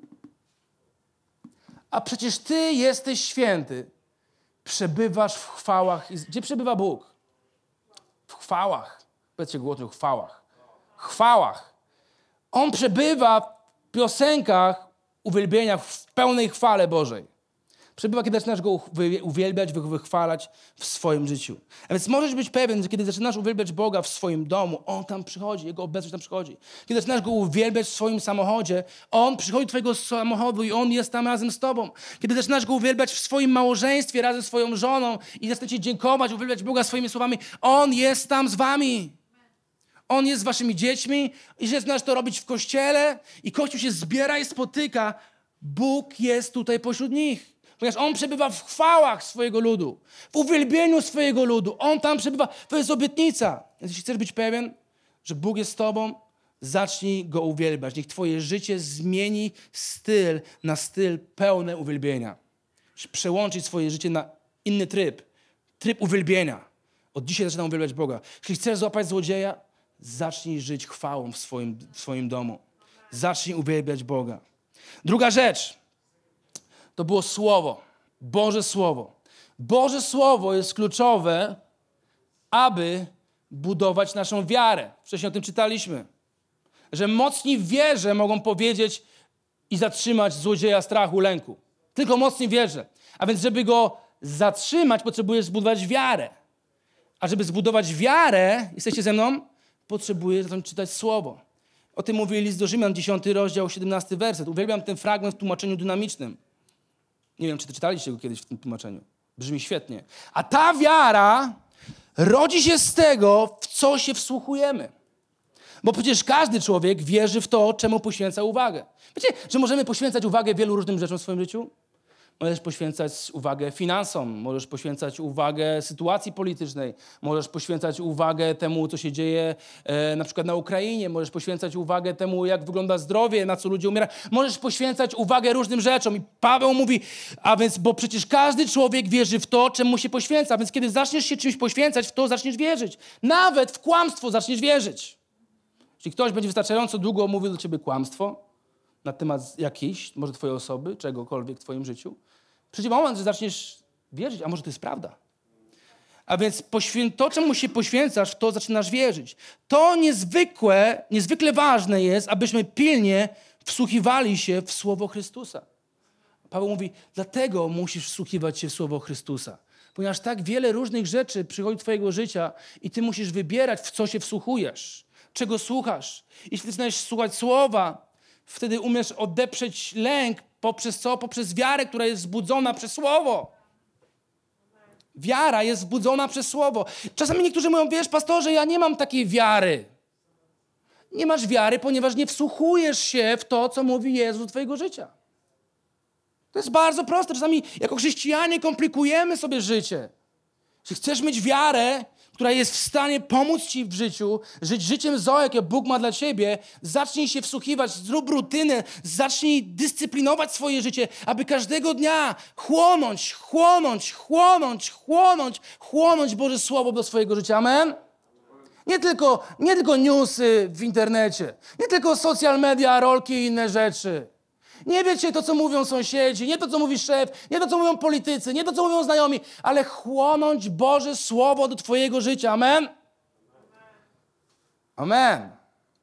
A przecież Ty jesteś święty, przebywasz w chwałach. Gdzie przebywa Bóg? W chwałach. Powiedzcie głośno, w chwałach. Chwałach. On przebywa w piosenkach uwielbienia, w pełnej chwale Bożej. Przebywa, kiedy zaczynasz Go uwielbiać, wychwalać w swoim życiu. A więc możesz być pewien, że kiedy zaczynasz uwielbiać Boga w swoim domu, On tam przychodzi, Jego obecność tam przychodzi. Kiedy zaczynasz Go uwielbiać w swoim samochodzie, On przychodzi do twojego samochodu i On jest tam razem z tobą. Kiedy zaczynasz Go uwielbiać w swoim małżeństwie razem z swoją żoną i zaczynacie dziękować, uwielbiać Boga swoimi słowami, On jest tam z wami. On jest z waszymi dziećmi i że zaczynasz to robić w kościele i Kościół się zbiera i spotyka, Bóg jest tutaj pośród nich. Ponieważ On przebywa w chwałach swojego ludu, w uwielbieniu swojego ludu. On tam przebywa, to jest obietnica. Więc jeśli chcesz być pewien, że Bóg jest z tobą, zacznij Go uwielbiać. Niech twoje życie zmieni styl na styl pełne uwielbienia. Przełączyć swoje życie na inny tryb. Tryb uwielbienia. Od dzisiaj zaczynam uwielbiać Boga. Jeśli chcesz złapać złodzieja, zacznij żyć chwałą w swoim, w swoim domu. Zacznij uwielbiać Boga. Druga rzecz. To było Słowo, Boże Słowo. Boże Słowo jest kluczowe, aby budować naszą wiarę. Wcześniej o tym czytaliśmy. Że mocni w wierze mogą powiedzieć i zatrzymać złodzieja strachu, lęku. Tylko mocni w wierze. A więc, żeby go zatrzymać, potrzebujesz zbudować wiarę. A żeby zbudować wiarę, jesteście ze mną? Potrzebujesz zacząć czytać Słowo. O tym mówi list do Rzymian, dziesiąty rozdział, siedemnasty werset. Uwielbiam ten fragment w tłumaczeniu dynamicznym. Nie wiem, czy to czytaliście go kiedyś w tym tłumaczeniu. Brzmi świetnie. A ta wiara rodzi się z tego, w co się wsłuchujemy. Bo przecież każdy człowiek wierzy w to, czemu poświęca uwagę. Wiecie, że możemy poświęcać uwagę wielu różnym rzeczom w swoim życiu? Możesz poświęcać uwagę finansom, możesz poświęcać uwagę sytuacji politycznej, możesz poświęcać uwagę temu, co się dzieje e, na przykład na Ukrainie, możesz poświęcać uwagę temu, jak wygląda zdrowie, na co ludzie umierają. Możesz poświęcać uwagę różnym rzeczom. I Paweł mówi, a więc, bo przecież każdy człowiek wierzy w to, czemu się poświęca. A więc kiedy zaczniesz się czymś poświęcać, w to zaczniesz wierzyć. Nawet w kłamstwo zaczniesz wierzyć. Jeśli ktoś będzie wystarczająco długo mówił do ciebie kłamstwo na temat jakiejś, może twojej osoby, czegokolwiek w twoim życiu, przyjdzie moment, że zaczniesz wierzyć, a może to jest prawda. A więc poświę- to, czemu się poświęcasz, w to zaczynasz wierzyć. To niezwykłe, niezwykle ważne jest, abyśmy pilnie wsłuchiwali się w Słowo Chrystusa. Paweł mówi, dlatego musisz wsłuchiwać się w Słowo Chrystusa. Ponieważ tak wiele różnych rzeczy przychodzi do twojego życia i ty musisz wybierać, w co się wsłuchujesz, czego słuchasz. Jeśli zaczynasz słuchać Słowa, wtedy umiesz odeprzeć lęk poprzez co? Poprzez wiarę, która jest wzbudzona przez Słowo. Wiara jest wzbudzona przez Słowo. Czasami niektórzy mówią, wiesz, pastorze, ja nie mam takiej wiary. Nie masz wiary, ponieważ nie wsłuchujesz się w to, co mówi Jezus do twojego życia. To jest bardzo proste. Czasami jako chrześcijanie komplikujemy sobie życie. Jeśli chcesz mieć wiarę, która jest w stanie pomóc ci w życiu, żyć życiem Zoe, jakie Bóg ma dla ciebie, zacznij się wsłuchiwać, zrób rutynę, zacznij dyscyplinować swoje życie, aby każdego dnia chłonąć, chłonąć, chłonąć, chłonąć, chłonąć Boże Słowo do swojego życia. Amen? Nie tylko, nie tylko newsy w internecie, nie tylko social media, rolki i inne rzeczy. Nie wiecie to, co mówią sąsiedzi, nie to, co mówi szef, nie to, co mówią politycy, nie to, co mówią znajomi, ale chłonąć Boże Słowo do twojego życia. Amen? Amen.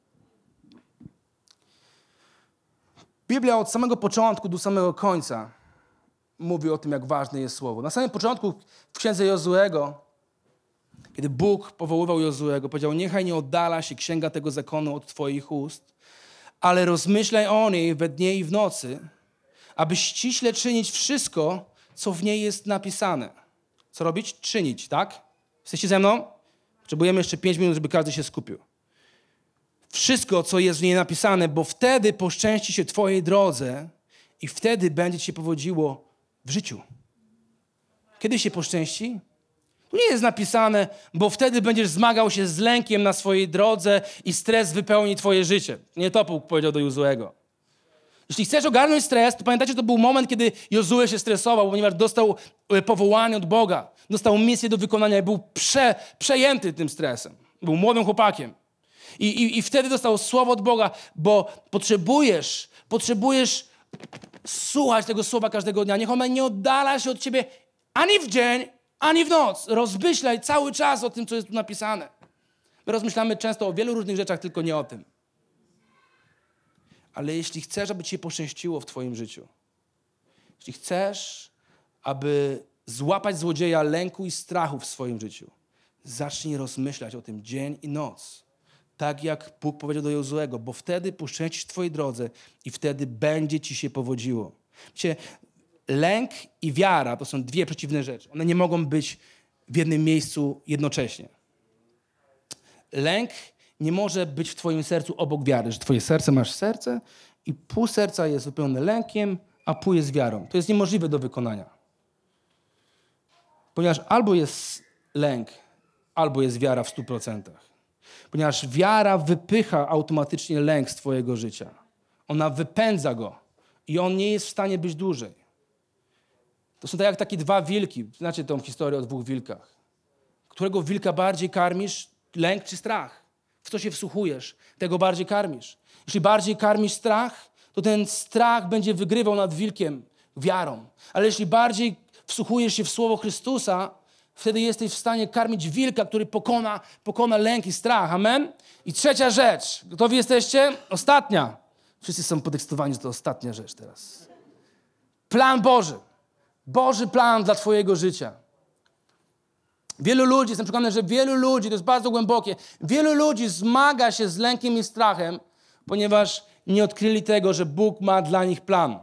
Biblia od samego początku do samego końca mówi o tym, jak ważne jest Słowo. Na samym początku w księdze Jozuego, kiedy Bóg powoływał Jozuego, powiedział, niechaj nie oddala się księga tego zakonu od twoich ust, ale rozmyślaj o niej we dnie i w nocy, aby ściśle czynić wszystko, co w niej jest napisane. Co robić? Czynić, tak? Jesteście ze mną? Potrzebujemy jeszcze pięć minut, żeby każdy się skupił. Wszystko, co jest w niej napisane, bo wtedy poszczęści się twojej drodze i wtedy będzie ci się powodziło w życiu. Kiedy się poszczęści? Tu nie jest napisane, bo wtedy będziesz zmagał się z lękiem na swojej drodze i stres wypełni twoje życie. Nie to Bóg powiedział do Jozuego. Jeśli chcesz ogarnąć stres, to pamiętajcie, to był moment, kiedy Jozue się stresował, ponieważ dostał powołanie od Boga. Dostał misję do wykonania i był prze, przejęty tym stresem. Był młodym chłopakiem. I, i, I wtedy dostał słowo od Boga, bo potrzebujesz, potrzebujesz słuchać tego słowa każdego dnia. Niech ona nie oddala się od ciebie ani w dzień, ani w noc. Rozmyślaj cały czas o tym, co jest tu napisane. My rozmyślamy często o wielu różnych rzeczach, tylko nie o tym. Ale jeśli chcesz, aby ci się poszczęściło w twoim życiu, jeśli chcesz, aby złapać złodzieja lęku i strachu w swoim życiu, zacznij rozmyślać o tym dzień i noc. Tak jak Bóg powiedział do Jozuego, bo wtedy poszczęścisz w twojej drodze i wtedy będzie ci się powodziło. Wiecie, lęk i wiara to są dwie przeciwne rzeczy. One nie mogą być w jednym miejscu jednocześnie. Lęk nie może być w twoim sercu obok wiary, że twoje serce masz serce i pół serca jest wypełnione lękiem, a pół jest wiarą. To jest niemożliwe do wykonania. Ponieważ albo jest lęk, albo jest wiara w stu procentach. Ponieważ wiara wypycha automatycznie lęk z twojego życia. Ona wypędza go i on nie jest w stanie być dłużej. To są tak jak takie dwa wilki. Znacie tą historię o dwóch wilkach. Którego wilka bardziej karmisz? Lęk czy strach? W co się wsłuchujesz? Tego bardziej karmisz. Jeśli bardziej karmisz strach, to ten strach będzie wygrywał nad wilkiem wiarą. Ale jeśli bardziej wsłuchujesz się w Słowo Chrystusa, wtedy jesteś w stanie karmić wilka, który pokona, pokona lęk i strach. Amen? I trzecia rzecz. Gotowi jesteście? Ostatnia. Wszyscy są podekscytowani, że to ostatnia rzecz teraz. Plan Boży. Boży plan dla twojego życia. Wielu ludzi, jestem przekonany, że wielu ludzi, to jest bardzo głębokie, wielu ludzi zmaga się z lękiem i strachem, ponieważ nie odkryli tego, że Bóg ma dla nich plan.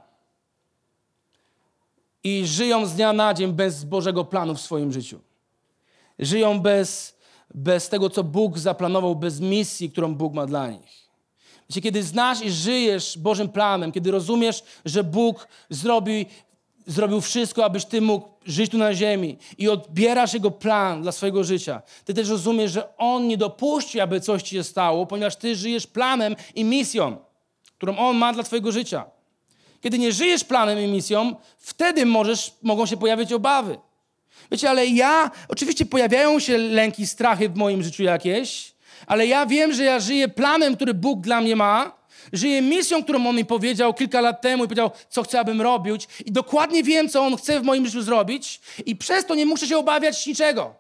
I żyją z dnia na dzień bez Bożego planu w swoim życiu. Żyją bez, bez tego, co Bóg zaplanował, bez misji, którą Bóg ma dla nich. Wiecie, kiedy znasz i żyjesz Bożym planem, kiedy rozumiesz, że Bóg zrobi zrobił wszystko, abyś ty mógł żyć tu na ziemi i odbierasz Jego plan dla swojego życia. Ty też rozumiesz, że On nie dopuści, aby coś ci się stało, ponieważ ty żyjesz planem i misją, którą On ma dla twojego życia. Kiedy nie żyjesz planem i misją, wtedy możesz, mogą się pojawić obawy. Wiecie, ale ja, oczywiście pojawiają się lęki, strachy w moim życiu jakieś, ale ja wiem, że ja żyję planem, który Bóg dla mnie ma, żyję misją, którą On mi powiedział kilka lat temu i powiedział, co chce, abym robić i dokładnie wiem, co On chce w moim życiu zrobić i przez to nie muszę się obawiać niczego.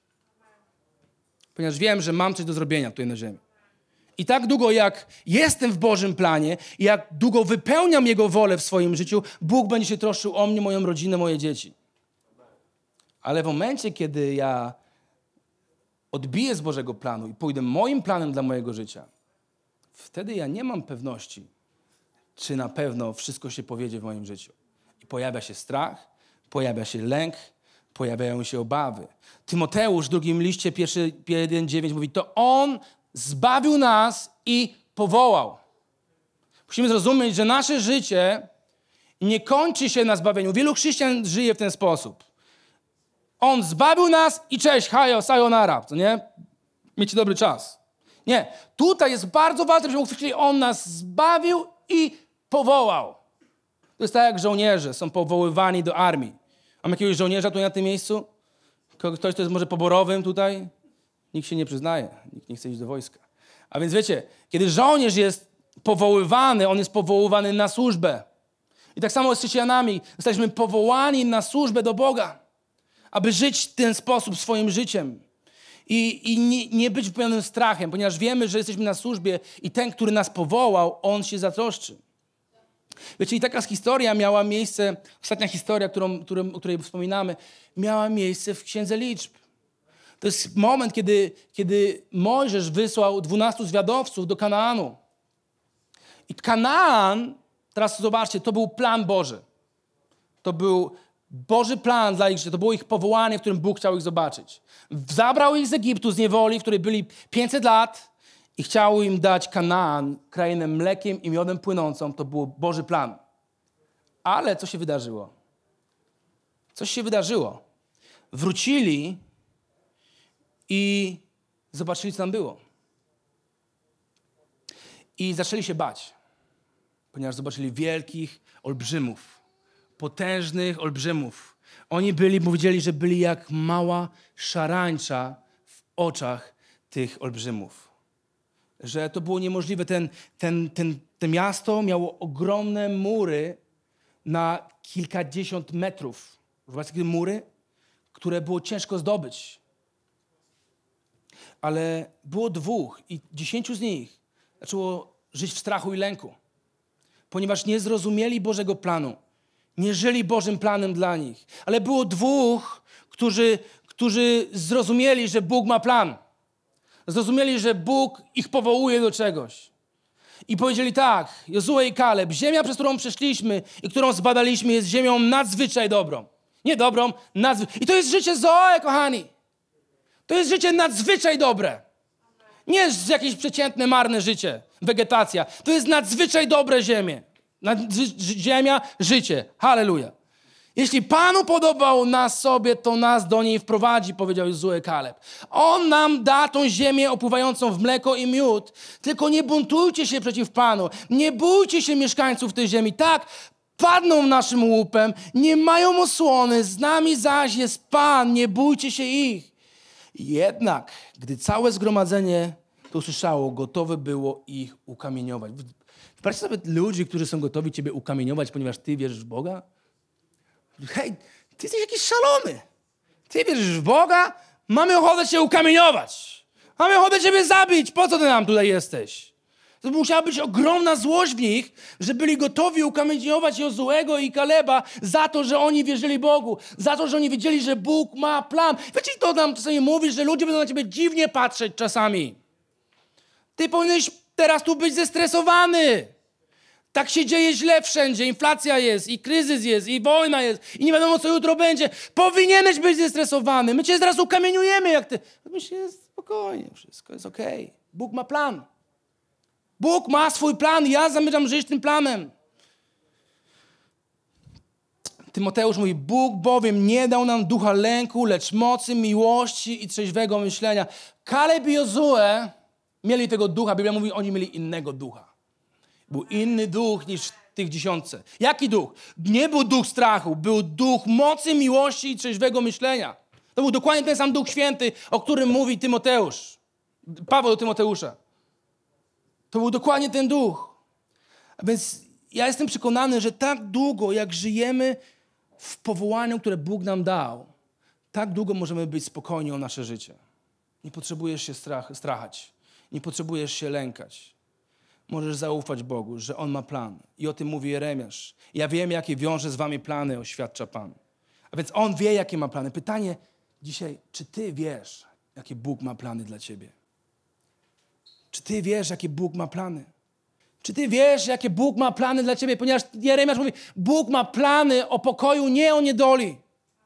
Ponieważ wiem, że mam coś do zrobienia tutaj na ziemi. I tak długo, jak jestem w Bożym planie i jak długo wypełniam Jego wolę w swoim życiu, Bóg będzie się troszczył o mnie, moją rodzinę, moje dzieci. Ale w momencie, kiedy ja odbiję z Bożego planu i pójdę moim planem dla mojego życia, wtedy ja nie mam pewności, czy na pewno wszystko się powiedzie w moim życiu. I pojawia się strach, pojawia się lęk, pojawiają się obawy. Tymoteusz w drugim liście, pierwszy jeden dziewięć mówi, to On zbawił nas i powołał. Musimy zrozumieć, że nasze życie nie kończy się na zbawieniu. Wielu chrześcijan żyje w ten sposób. On zbawił nas i cześć, hajo, sayonara, co nie? Miejcie dobry czas. Nie, tutaj jest bardzo ważne, żebyśmy uchwycili, On nas zbawił i powołał. To jest tak jak żołnierze są powoływani do armii. Mam jakiegoś żołnierza tu na tym miejscu? Ktoś, kto jest może poborowym tutaj? Nikt się nie przyznaje, nikt nie chce iść do wojska. A więc wiecie, kiedy żołnierz jest powoływany, on jest powoływany na służbę. I tak samo z chrześcijanami. Jesteśmy powołani na służbę do Boga, aby żyć w ten sposób swoim życiem. I, i nie, nie być wypełnionym strachem, ponieważ wiemy, że jesteśmy na służbie i ten, który nas powołał, On się zatroszczy. Wiecie, i taka historia miała miejsce, ostatnia historia, którą, którą, o której wspominamy, miała miejsce w Księdze Liczb. To jest moment, kiedy, kiedy Mojżesz wysłał dwunastu zwiadowców do Kanaanu. I Kanaan, teraz zobaczcie, to był plan Boży. To był Boży plan dla ich życia, to było ich powołanie, w którym Bóg chciał ich zobaczyć. Zabrał ich z Egiptu, z niewoli, w której byli pięćset lat i chciał im dać Kanaan, krainę mlekiem i miodem płynącą. To był Boży plan. Ale co się wydarzyło? Coś się wydarzyło. Wrócili i zobaczyli, co tam było. I zaczęli się bać, ponieważ zobaczyli wielkich olbrzymów, potężnych olbrzymów. Oni byli, powiedzieli, że byli jak mała szarańcza w oczach tych olbrzymów. Że to było niemożliwe. Ten, ten, ten, to miasto miało ogromne mury na kilkadziesiąt metrów. Zobaczcie, takie mury, które było ciężko zdobyć. Ale było dwóch i dziesięciu z nich zaczęło żyć w strachu i lęku, ponieważ nie zrozumieli Bożego planu. Nie żyli Bożym planem dla nich. Ale było dwóch, którzy, którzy zrozumieli, że Bóg ma plan. Zrozumieli, że Bóg ich powołuje do czegoś. I powiedzieli tak, Jozue i Kaleb, ziemia, przez którą przeszliśmy i którą zbadaliśmy, jest ziemią nadzwyczaj dobrą. Nie dobrą, nadzwyczaj. I to jest życie Zoe, kochani. To jest życie nadzwyczaj dobre. Nie jest jakieś przeciętne, marne życie, wegetacja. To jest nadzwyczaj dobre ziemie. Ziemia, życie. Halleluja. Jeśli Panu podobał nas sobie, to nas do niej wprowadzi, powiedział Jozue Kaleb. On nam da tą ziemię opływającą w mleko i miód. Tylko nie buntujcie się przeciw Panu. Nie bójcie się mieszkańców tej ziemi. Tak, padną naszym łupem, nie mają osłony, z nami zaś jest Pan, nie bójcie się ich. Jednak, gdy całe zgromadzenie to usłyszało, gotowe było ich ukamieniować. Wyobraźcie sobie ludzi, którzy są gotowi ciebie ukamieniować, ponieważ ty wierzysz w Boga? Hej, ty jesteś jakiś szalony. Ty wierzysz w Boga? Mamy ochotę cię ukamieniować. Mamy ochotę ciebie zabić. Po co ty nam tutaj jesteś? To musiała być ogromna złość w nich, że byli gotowi ukamieniować Jozuego i Kaleba za to, że oni wierzyli Bogu. Za to, że oni wiedzieli, że Bóg ma plan. Wiecie, to nam czasami mówi, że ludzie będą na ciebie dziwnie patrzeć czasami. Ty powinieneś teraz tu być zestresowany. Tak się dzieje źle wszędzie. Inflacja jest, i kryzys jest, i wojna jest, i nie wiadomo, co jutro będzie. Powinieneś być zestresowany. My cię zaraz ukamieniujemy, jak ty. Myślę, jest spokojnie, wszystko jest okej. Okay. Bóg ma plan. Bóg ma swój plan. Ja zamierzam żyć tym planem. Tymoteusz mówi, Bóg bowiem nie dał nam ducha lęku, lecz mocy, miłości i trzeźwego myślenia. Kaleb i Jozue mieli tego ducha. Biblia mówi, oni mieli innego ducha. Był inny duch niż w tych dziesiątce. Jaki duch? Nie był duch strachu, był duch mocy, miłości i trzeźwego myślenia. To był dokładnie ten sam Duch Święty, o którym mówi Tymoteusz. Paweł do Tymoteusza. To był dokładnie ten duch. A więc ja jestem przekonany, że tak długo, jak żyjemy w powołaniu, które Bóg nam dał, tak długo możemy być spokojni o nasze życie. Nie potrzebujesz się strach, strachać. Nie potrzebujesz się lękać. Możesz zaufać Bogu, że On ma plan. I o tym mówi Jeremiasz. Ja wiem, jakie wiąże z wami plany, oświadcza Pan. A więc On wie, jakie ma plany. Pytanie dzisiaj, czy ty wiesz, jakie Bóg ma plany dla ciebie? Czy ty wiesz, jakie Bóg ma plany? Czy ty wiesz, jakie Bóg ma plany dla ciebie? Ponieważ Jeremiasz mówi, Bóg ma plany o pokoju, nie o niedoli.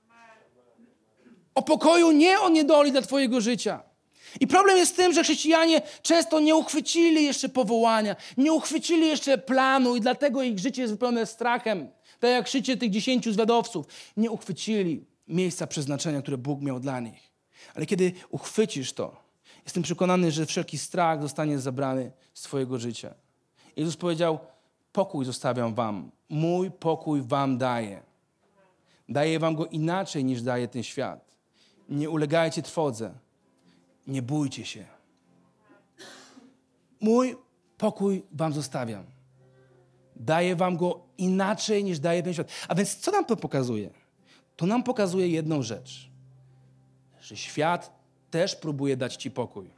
O pokoju, nie o niedoli dla twojego życia. I problem jest z tym, że chrześcijanie często nie uchwycili jeszcze powołania, nie uchwycili jeszcze planu i dlatego ich życie jest wypełnione strachem. Tak jak życie tych dziesięciu zwiadowców. Nie uchwycili miejsca przeznaczenia, które Bóg miał dla nich. Ale kiedy uchwycisz to, jestem przekonany, że wszelki strach zostanie zabrany z twojego życia. Jezus powiedział, pokój zostawiam wam, mój pokój wam daję. Daję wam go inaczej niż daje ten świat. Nie ulegajcie trwodze, nie bójcie się. Mój pokój wam zostawiam. Daję wam go inaczej niż daje ten świat. A więc co nam to pokazuje? To nam pokazuje jedną rzecz. Że świat też próbuje dać ci pokój.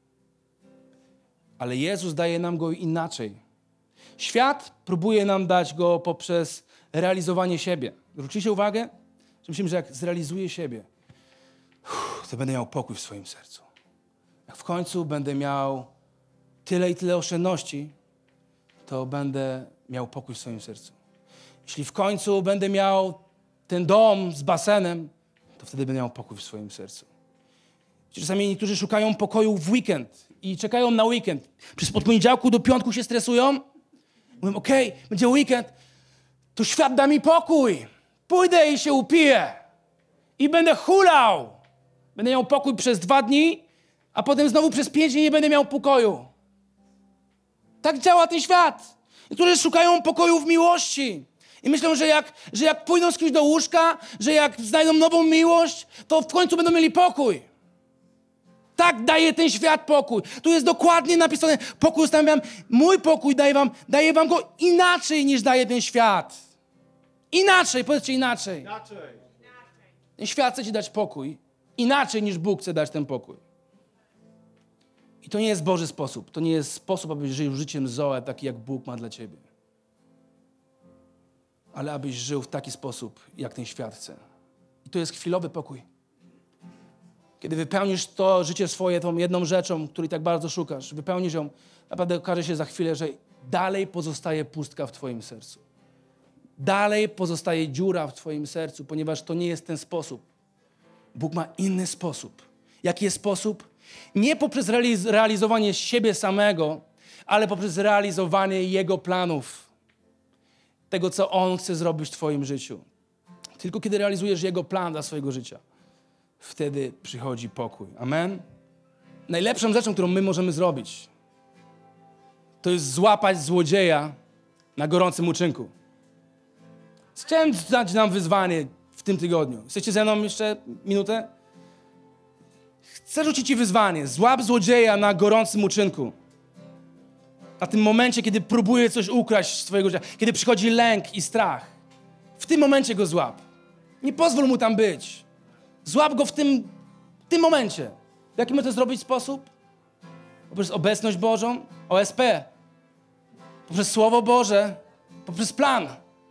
Ale Jezus daje nam go inaczej. Świat próbuje nam dać go poprzez realizowanie siebie. Zwróćcie uwagę, że myślimy, że jak zrealizuję siebie, to będę miał pokój w swoim sercu. Jak w końcu będę miał tyle i tyle oszczędności, to będę miał pokój w swoim sercu. Jeśli w końcu będę miał ten dom z basenem, to wtedy będę miał pokój w swoim sercu. Czasami niektórzy szukają pokoju w weekend i czekają na weekend. Przez od poniedziałku do piątku się stresują. Mówią, okej, okay, będzie weekend, to świat da mi pokój. Pójdę i się upiję. I będę hulał. Będę miał pokój przez dwa dni, a potem znowu przez pięć dni nie będę miał pokoju. Tak działa ten świat. Niektórzy szukają pokoju w miłości. I myślą, że jak, że jak pójdą z kimś do łóżka, że jak znajdą nową miłość, to w końcu będą mieli pokój. Tak daje ten świat pokój. Tu jest dokładnie napisane, pokój zostawiam, mój pokój daję wam, daję wam go inaczej niż daje ten świat. Inaczej, powiedzcie inaczej. Inaczej. Ten świat chce ci dać pokój, inaczej niż Bóg chce dać ten pokój. I to nie jest Boży sposób. To nie jest sposób, abyś żył życiem Zoe, taki jak Bóg ma dla ciebie. Ale abyś żył w taki sposób, jak ten świat chce. I to jest chwilowy pokój. Kiedy wypełnisz to życie swoje tą jedną rzeczą, której tak bardzo szukasz, wypełnisz ją, naprawdę okaże się za chwilę, że dalej pozostaje pustka w twoim sercu. Dalej pozostaje dziura w twoim sercu, ponieważ to nie jest ten sposób. Bóg ma inny sposób. Jaki jest sposób? Nie poprzez realiz- realizowanie siebie samego, ale poprzez realizowanie Jego planów. Tego, co On chce zrobić w twoim życiu. Tylko kiedy realizujesz Jego plan dla swojego życia, wtedy przychodzi pokój. Amen? Najlepszą rzeczą, którą my możemy zrobić, to jest złapać złodzieja na gorącym uczynku. Chciałem dać nam wyzwanie w tym tygodniu. Chcecie ze mną jeszcze minutę? Chcę rzucić ci wyzwanie. Złap złodzieja na gorącym uczynku. Na tym momencie, kiedy próbuje coś ukraść z twojego życia, kiedy przychodzi lęk i strach. W tym momencie go złap. Nie pozwól mu tam być. Złap go w tym, w tym momencie. W jaki możesz to zrobić sposób? Poprzez obecność Bożą, O S P. Poprzez Słowo Boże. Poprzez plan.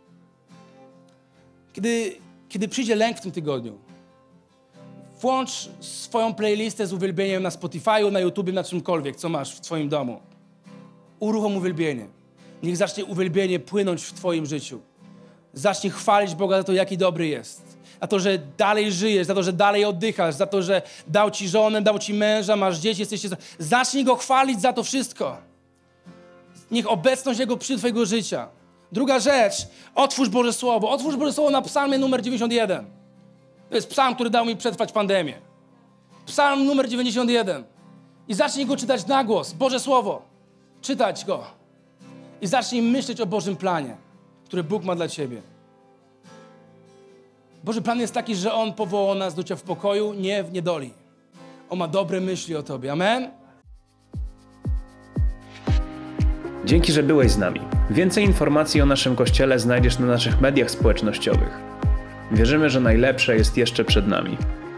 Kiedy, kiedy przyjdzie lęk w tym tygodniu, włącz swoją playlistę z uwielbieniem na Spotify'u, na YouTubie, na czymkolwiek, co masz w twoim domu. Uruchom uwielbienie. Niech zacznie uwielbienie płynąć w twoim życiu. Zacznij chwalić Boga za to, jaki dobry jest. Za to, że dalej żyjesz, za to, że dalej oddychasz, za to, że dał ci żonę, dał ci męża, masz dzieci, jesteście... Zacznij Go chwalić za to wszystko. Niech obecność Jego przyjdzie do twojego życia. Druga rzecz, otwórz Boże Słowo. Otwórz Boże Słowo na psalmie numer dziewięćdziesiąt jeden. To jest psalm, który dał mi przetrwać pandemię. Psalm numer dziewięćdziesiąt jeden. I zacznij go czytać na głos, Boże Słowo. Czytać go. I zacznij myśleć o Bożym planie, który Bóg ma dla ciebie. Boży plan jest taki, że On powołał nas do bycia w pokoju, nie w niedoli. On ma dobre myśli o tobie. Amen? Dzięki, że byłeś z nami. Więcej informacji o naszym Kościele znajdziesz na naszych mediach społecznościowych. Wierzymy, że najlepsze jest jeszcze przed nami.